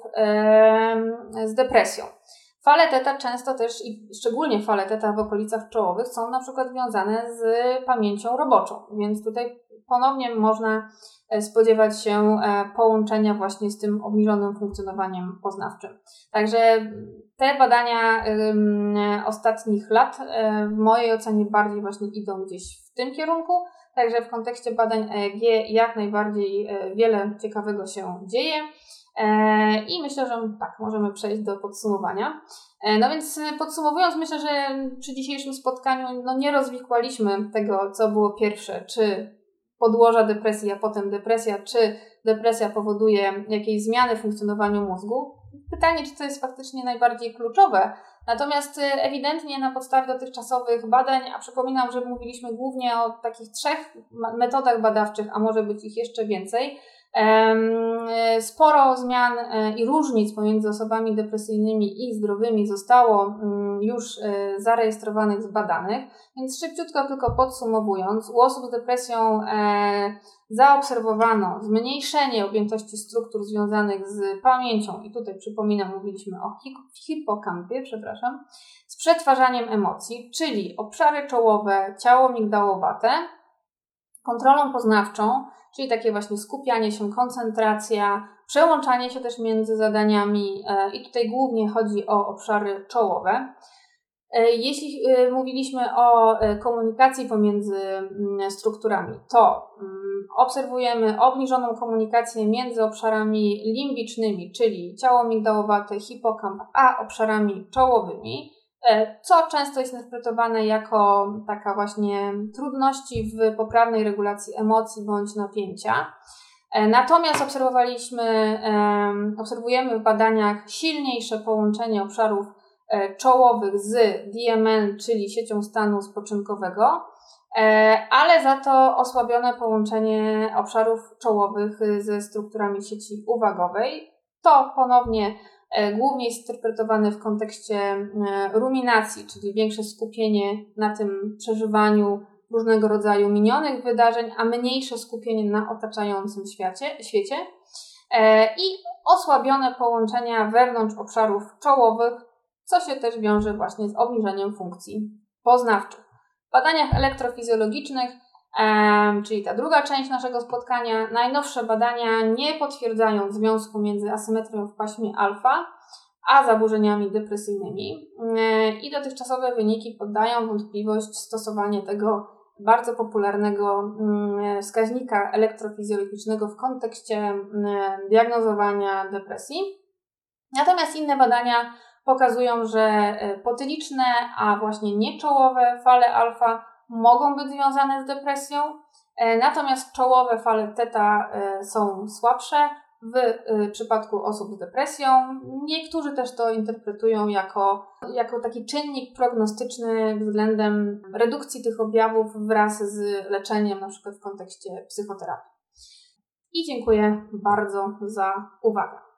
z depresją. Fale theta często też, i szczególnie fale theta w okolicach czołowych, są na przykład związane z pamięcią roboczą, więc tutaj ponownie można spodziewać się połączenia właśnie z tym obniżonym funkcjonowaniem poznawczym. Także te badania ostatnich lat w mojej ocenie bardziej właśnie idą gdzieś w tym kierunku, Także w kontekście badań EEG jak najbardziej wiele ciekawego się dzieje. I myślę, że tak, możemy przejść do podsumowania. No więc podsumowując, myślę, że przy dzisiejszym spotkaniu nie rozwikłaliśmy tego, co było pierwsze, czy podłoża depresji, a potem depresja, czy depresja powoduje jakieś zmiany w funkcjonowaniu mózgu. Pytanie, czy to jest faktycznie najbardziej kluczowe. Natomiast ewidentnie na podstawie dotychczasowych badań, a przypominam, że mówiliśmy głównie o takich 3 metodach badawczych, a może być ich jeszcze więcej, sporo zmian i różnic pomiędzy osobami depresyjnymi i zdrowymi zostało już zarejestrowanych, zbadanych. Więc szybciutko tylko podsumowując, u osób z depresją zaobserwowano zmniejszenie objętości struktur związanych z pamięcią i tutaj przypominam, mówiliśmy o hipokampie, z przetwarzaniem emocji, czyli obszary czołowe, ciało migdałowate, kontrolą poznawczą, czyli takie właśnie skupianie się, koncentracja, przełączanie się też między zadaniami i tutaj głównie chodzi o obszary czołowe. Jeśli mówiliśmy o komunikacji pomiędzy strukturami, to obserwujemy obniżoną komunikację między obszarami limbicznymi, czyli ciało migdałowate, hipokamp, a obszarami czołowymi, co często jest interpretowane jako taka właśnie trudności w poprawnej regulacji emocji bądź napięcia. Natomiast obserwujemy w badaniach silniejsze połączenie obszarów czołowych z DMN, czyli siecią stanu spoczynkowego, ale za to osłabione połączenie obszarów czołowych ze strukturami sieci uwagowej. To ponownie głównie jest interpretowane w kontekście ruminacji, czyli większe skupienie na tym przeżywaniu różnego rodzaju minionych wydarzeń, a mniejsze skupienie na otaczającym świecie i osłabione połączenia wewnątrz obszarów czołowych, co się też wiąże właśnie z obniżeniem funkcji poznawczych. W badaniach elektrofizjologicznych, czyli ta druga część naszego spotkania, najnowsze badania nie potwierdzają związku między asymetrią w paśmie alfa a zaburzeniami depresyjnymi i dotychczasowe wyniki poddają wątpliwość stosowanie tego bardzo popularnego wskaźnika elektrofizjologicznego w kontekście diagnozowania depresji. Natomiast inne badania pokazują, że potyliczne, a właśnie nieczołowe fale alfa mogą być związane z depresją, natomiast czołowe fale theta są słabsze w przypadku osób z depresją. Niektórzy też to interpretują jako taki czynnik prognostyczny względem redukcji tych objawów wraz z leczeniem, na przykład w kontekście psychoterapii. I dziękuję bardzo za uwagę.